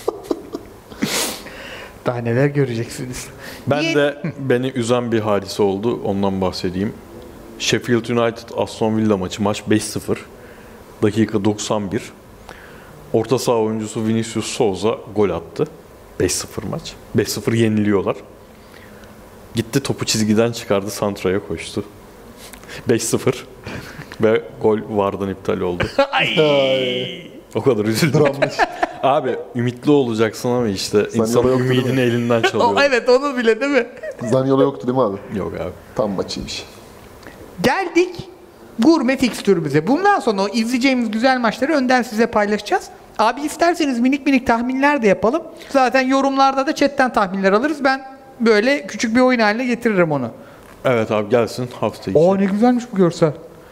Daha neler göreceksiniz. Ben Niye- de beni üzen bir hadise oldu. Ondan bahsedeyim. Sheffield United Aston Villa maçı, maç beş sıfır. Dakika doksan bir. Orta saha oyuncusu Vinicius Souza gol attı. beş sıfır maç. beş sıfır yeniliyorlar. Gitti topu çizgiden çıkardı, santraya koştu. beş sıfır. Ve gol vardan iptal oldu. O kadar üzüldüm. Drammış. Abi ümitli olacaksın ama işte insan yola yoktu değil ümidini elinden O, çalıyor. evet onu bile değil mi? Zaniolo yoktu değil mi abi? Yok abi. Tam maçıymış. Geldik gurme fikstürümüze. Bundan sonra o izleyeceğimiz güzel maçları önden size paylaşacağız. Abi isterseniz minik minik tahminler de yapalım. Zaten yorumlarda da chatten tahminler alırız. Ben böyle küçük bir oyun haline getiririm onu. Evet abi, gelsin hafta içi. Aa ne güzelmiş bu görsel.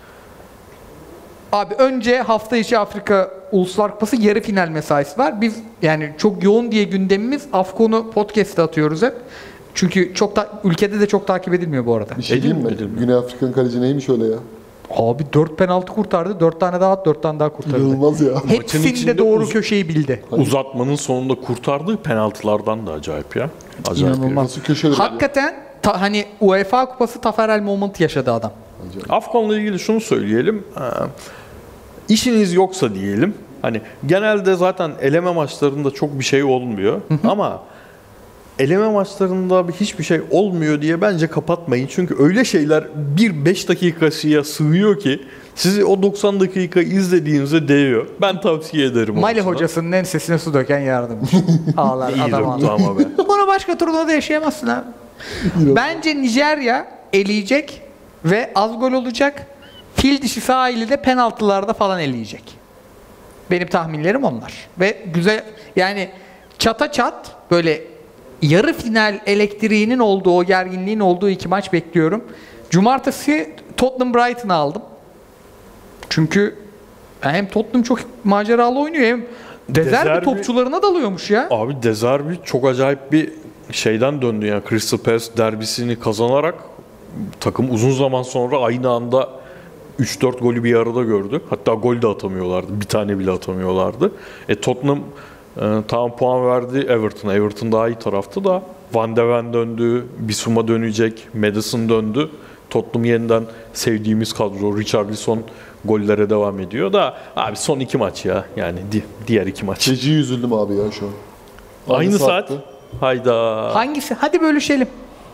Abi önce hafta içi Afrika Uluslar Kupası yarı final mesaisi var. Biz yani çok yoğun diye gündemimiz Afcon'u podcast'te atıyoruz hep. Çünkü çok da ülkede de çok takip edilmiyor bu arada. Bir şey diyeyim mi? Edilmiyor, edilmiyor. Güney Afrika'nın kaleci neymiş öyle ya? Abi dört penaltı kurtardı. dört tane daha at, dört tane daha kurtardı. İnanılmaz ya. Hepsinde içinde doğru uz- köşeyi bildi. Uzatmanın sonunda kurtardığı penaltılardan da acayip ya. Acayip. İnanılmaz. Nasıl köşeleri? Hakikaten ta- hani UEFA Kupası Taferel moment yaşadı adam. Afgan'la ilgili şunu söyleyelim. Ee, işiniz yoksa diyelim. Hani genelde zaten eleme maçlarında çok bir şey olmuyor. Ama eleme maçlarında bir- hiçbir şey olmuyor diye bence kapatmayın. Çünkü öyle şeyler bir beş dakikasıya sığıyor ki sizi o doksan dakika izlediğinizde değiyor. Ben tavsiye ederim. Mali olsun. hocasının ensesine su döken yardımcı. Ağlar İyi adam döktü ağlar. ama be. Bunu başka turnuvada yaşayamazsın abi. Bence Nijerya eleyecek ve az gol olacak. Fil dişi sahili de penaltılarda falan eleyecek. Benim tahminlerim onlar. Ve güzel yani çata çat böyle yarı final elektriğinin olduğu, o gerginliğin olduğu iki maç bekliyorum. Cumartesi Tottenham Brighton'ı aldım. Çünkü hem Tottenham çok maceralı oynuyor hem Dezerbi Dezerbi- topçularına dalıyormuş ya. Abi Dezerbi çok acayip bir şeyden döndü yani. Crystal Palace derbisini kazanarak takım uzun zaman sonra aynı anda üç dört golü bir arada gördü. Hatta gol de atamıyorlardı. Bir tane bile atamıyorlardı. E Tottenham e, tam puan verdi Everton'a. Everton daha iyi taraftı da Van de Ven döndü, Bissouma dönecek, Maddison döndü. Tottenham yeniden sevdiğimiz kadro. Richarlison gollere devam ediyor da abi son iki maç ya. Yani di- diğer iki maç. Feci üzüldüm abi ya şu an. Aynı saat. saatte. Hayda. Hangisi? Hadi bölüşelim.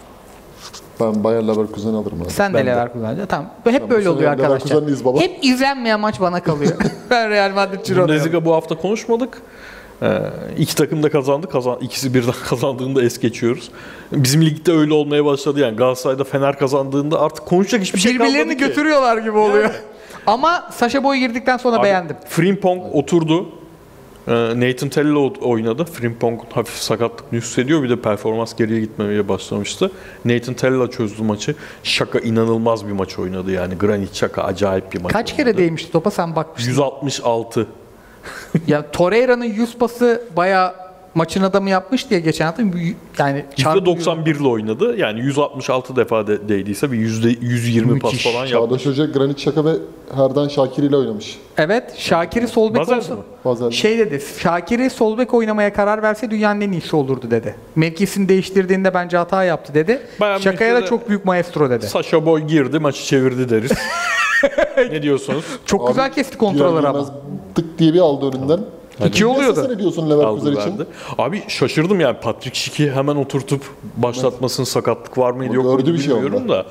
Ben Bayer Leverkusen alırım abi. Sen de Ben de. Leverkusen'de. Tamam. Hep böyle bu oluyor sene arkadaşlar. Leverkusen'liyiz baba. Hep izlenmeyen maç bana kalıyor. Ben Real Madrid Girona. Bundesliga bu hafta konuşmadık. Ee, iki takım da kazandı. Kazan, ikisi birden kazandığında es geçiyoruz. Bizim ligde öyle olmaya başladı yani. Galatasaray'da Fener kazandığında artık konuşacak hiçbir şey kalmadı Birbirlerini ki. götürüyorlar gibi oluyor. Ama Sasha Boy girdikten sonra Abi, beğendim. Frimpong oturdu. Ee, Nathan Tella oynadı. Frimpong hafif sakatlık hissediyor. Bir de performans geriye gitmemeye başlamıştı. Nathan Tella çözdü maçı. Şaka inanılmaz bir maç oynadı yani. Granit Xhaka acayip bir maç Kaç oynadı. kere değmişti topa sen bakmıştın. yüz altmış altı. Ya Torreira'nın yüz pası bayağı maçın adamı yapmış diye geçen hafta yani çarpı yüzde doksan bir ile oynadı. Yani yüz altmış altı defa de, değdiyse bir yüzde yüz yirmi pas Müthiş. falan yaptı. Çağdaş Hoca Granit Xhaka ve Herdan Şakir ile oynamış. Evet, Şakir'i sol bek Bazen olsa mi? Bazen. şey dedi. Şakir'i sol bek oynamaya karar verse dünyanın en iyisi olurdu dedi. Mevkisini değiştirdiğinde bence hata yaptı dedi. Bayern Şaka'ya da Münih'te de- çok büyük maestro dedi. Sasha Boy girdi, maçı çevirdi deriz. Ne diyorsunuz? Çok Abi, güzel kesti kontrolleri ama. Girmez tık diye bir aldı önünden. İki oluyordu. Ne diyorsun Leverkusen Aldı için? verdi. Abi şaşırdım yani Patrick Schick'i hemen oturtup başlatmasının sakatlık var mıydı O yok gördü muydu bir şey bilmiyorum onda. da.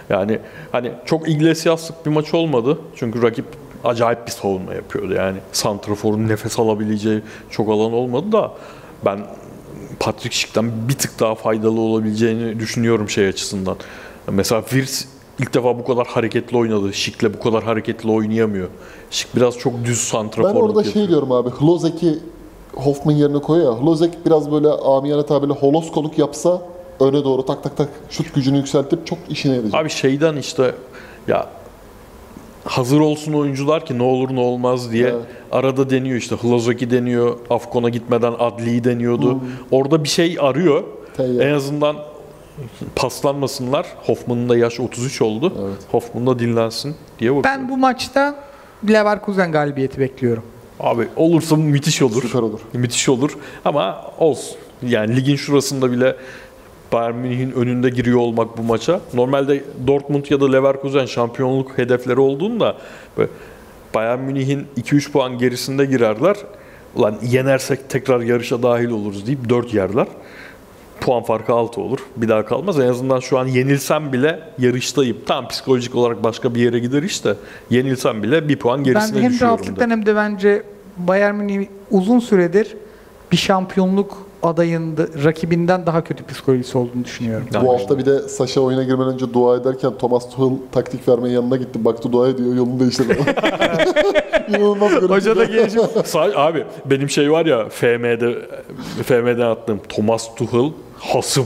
Yani hani çok Iglesias'lık bir maç olmadı. Çünkü rakip acayip bir savunma yapıyordu. Yani santraforun nefes alabileceği çok alan olmadı da ben Patrick Schick'ten bir tık daha faydalı olabileceğini düşünüyorum şey açısından. Mesela Wirtz ilk defa bu kadar hareketli oynadı. Schick'le bu kadar hareketli oynayamıyor. Schick biraz çok düz santraforluk Ben yapıyor. orada şey diyorum abi, Hlozek'i Hoffman yerine koyuyor ya. Hlozek biraz böyle amiyane tabirle holoskoluk yapsa öne doğru tak tak tak şut gücünü yükseltip çok işine yarayacak. Abi şeyden işte ya hazır olsun oyuncular ki ne olur ne olmaz diye Evet. arada deniyor işte. Hlozek'i deniyor. Afkon'a gitmeden Adli'yi deniyordu. Hmm. Orada bir şey arıyor. Tayyip. En azından paslanmasınlar. Hoffman'ın da yaş otuz üç oldu. Evet. Hoffman da dinlensin diye bakıyorum. Ben bu maçta Leverkusen galibiyeti bekliyorum. Abi olursa müthiş olur. Süper olur. Müthiş olur. Ama olsun. Yani ligin şurasında bile Bayern Münih'in önünde giriyor olmak bu maça. Normalde Dortmund ya da Leverkusen şampiyonluk hedefleri olduğunda böyle Bayern Münih'in iki üç puan gerisinde girerler. Ulan yenersek tekrar yarışa dahil oluruz deyip dört yerler. Puan farkı altı olur. Bir daha kalmaz. En azından şu an yenilsem bile yarıştayım. Tam psikolojik olarak başka bir yere gider işte. Yenilsem bile bir puan gerisine Ben hem düşüyorum rahatlıktan da. hem de bence Bayern Münih uzun süredir bir şampiyonluk adayında rakibinden daha kötü psikolojisi olduğunu düşünüyorum. Bu hafta bir de Saşa oyuna girmeden önce dua ederken Thomas Tuchel taktik vermeye yanına gitti. Baktı dua ediyor, yolunu değiştirdi. İnanılmaz görüntü. Hoca da gelişim. Sa- Abi benim şey var ya F M'de F M'den attığım Thomas Tuchel hasım.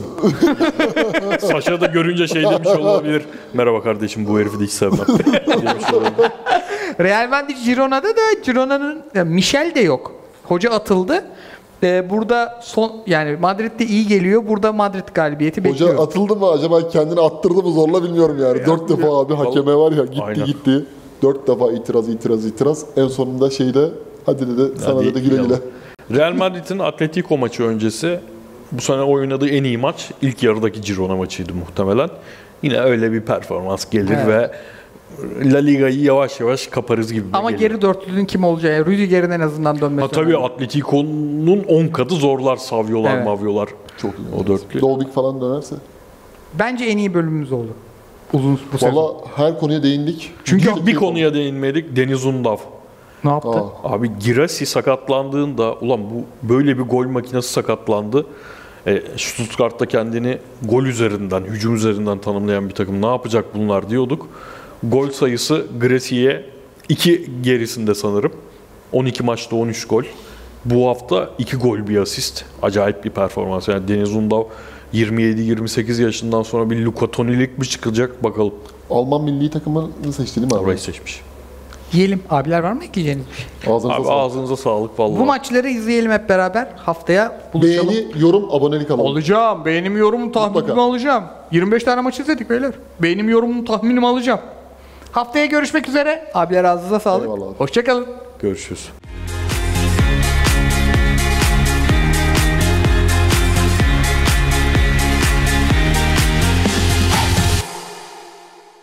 Saşa da görünce şey demiş olabilir. Merhaba kardeşim bu herifi de hiç sevmem. demiş olabilir. Real Madrid Girona'da da Girona'nın ya Michel de yok. Hoca atıldı. Ee, burada son yani Madrid'de iyi geliyor. Burada Madrid galibiyeti Hoca bekliyor. atıldı mı acaba, kendini attırdı mı zorla bilmiyorum yani. Dört defa abi hakeme var ya gitti Aynen. gitti. Dört defa itiraz itiraz itiraz. En sonunda şeyde hadi dedi sana Hadi dedi güle güle. yallah. Real Madrid'in Atletico maçı öncesi bu sene oynadığı en iyi maç ilk yarıdaki Girona maçıydı muhtemelen. Yine öyle bir performans gelir Evet. ve La Liga'yı yavaş yavaş kaparız gibi Ama geliyor. geri dörtlünün kim olacağı, yani Rüdiger'in en azından dönmesi. Ha tabii önemli. Atletico'nun on katı zorlar, savyolar, Evet. mavyolar. Çok iyi. O dörtlü. Dolbik falan dönerse. Bence en iyi bölümümüz oldu. Uzun bu sezon. Valla her konuya değindik. Çünkü Çok bir iyi konuya değinmedik. Deniz Undav. Ne yaptı? Aa, Abi Girassi sakatlandığında ulan bu böyle bir gol makinesi sakatlandı. E, Stuttgart'ta kendini gol üzerinden, hücum üzerinden tanımlayan bir takım ne yapacak bunlar diyorduk. Gol sayısı Grassi'ye iki gerisinde sanırım. on iki maçta on üç gol. Bu hafta iki gol bir asist. Acayip bir performans. Yani Deniz Undav yirmi yedi yirmi sekiz yaşından sonra bir Luka Tonilik mi çıkacak bakalım. Alman milli takımını seçti değil mi abi? Orayı seçmiş. Yiyelim. Abiler var mı ekleyeceğiniz bir şey? Ağzınıza Abi sağlık. ağzınıza sağlık vallahi. Bu maçları izleyelim hep beraber. Haftaya buluşalım. Beğeni, yorum, abonelik alalım. Alacağım. Beğenim, yorumum, tahminimi Mutlaka. alacağım. yirmi beş tane maç izledik beyler. Beğenim, yorumum, tahminimi alacağım. Haftaya görüşmek üzere. Abiler ağzınıza sağlık. Eyvallah abi. Hoşçakalın. Görüşürüz.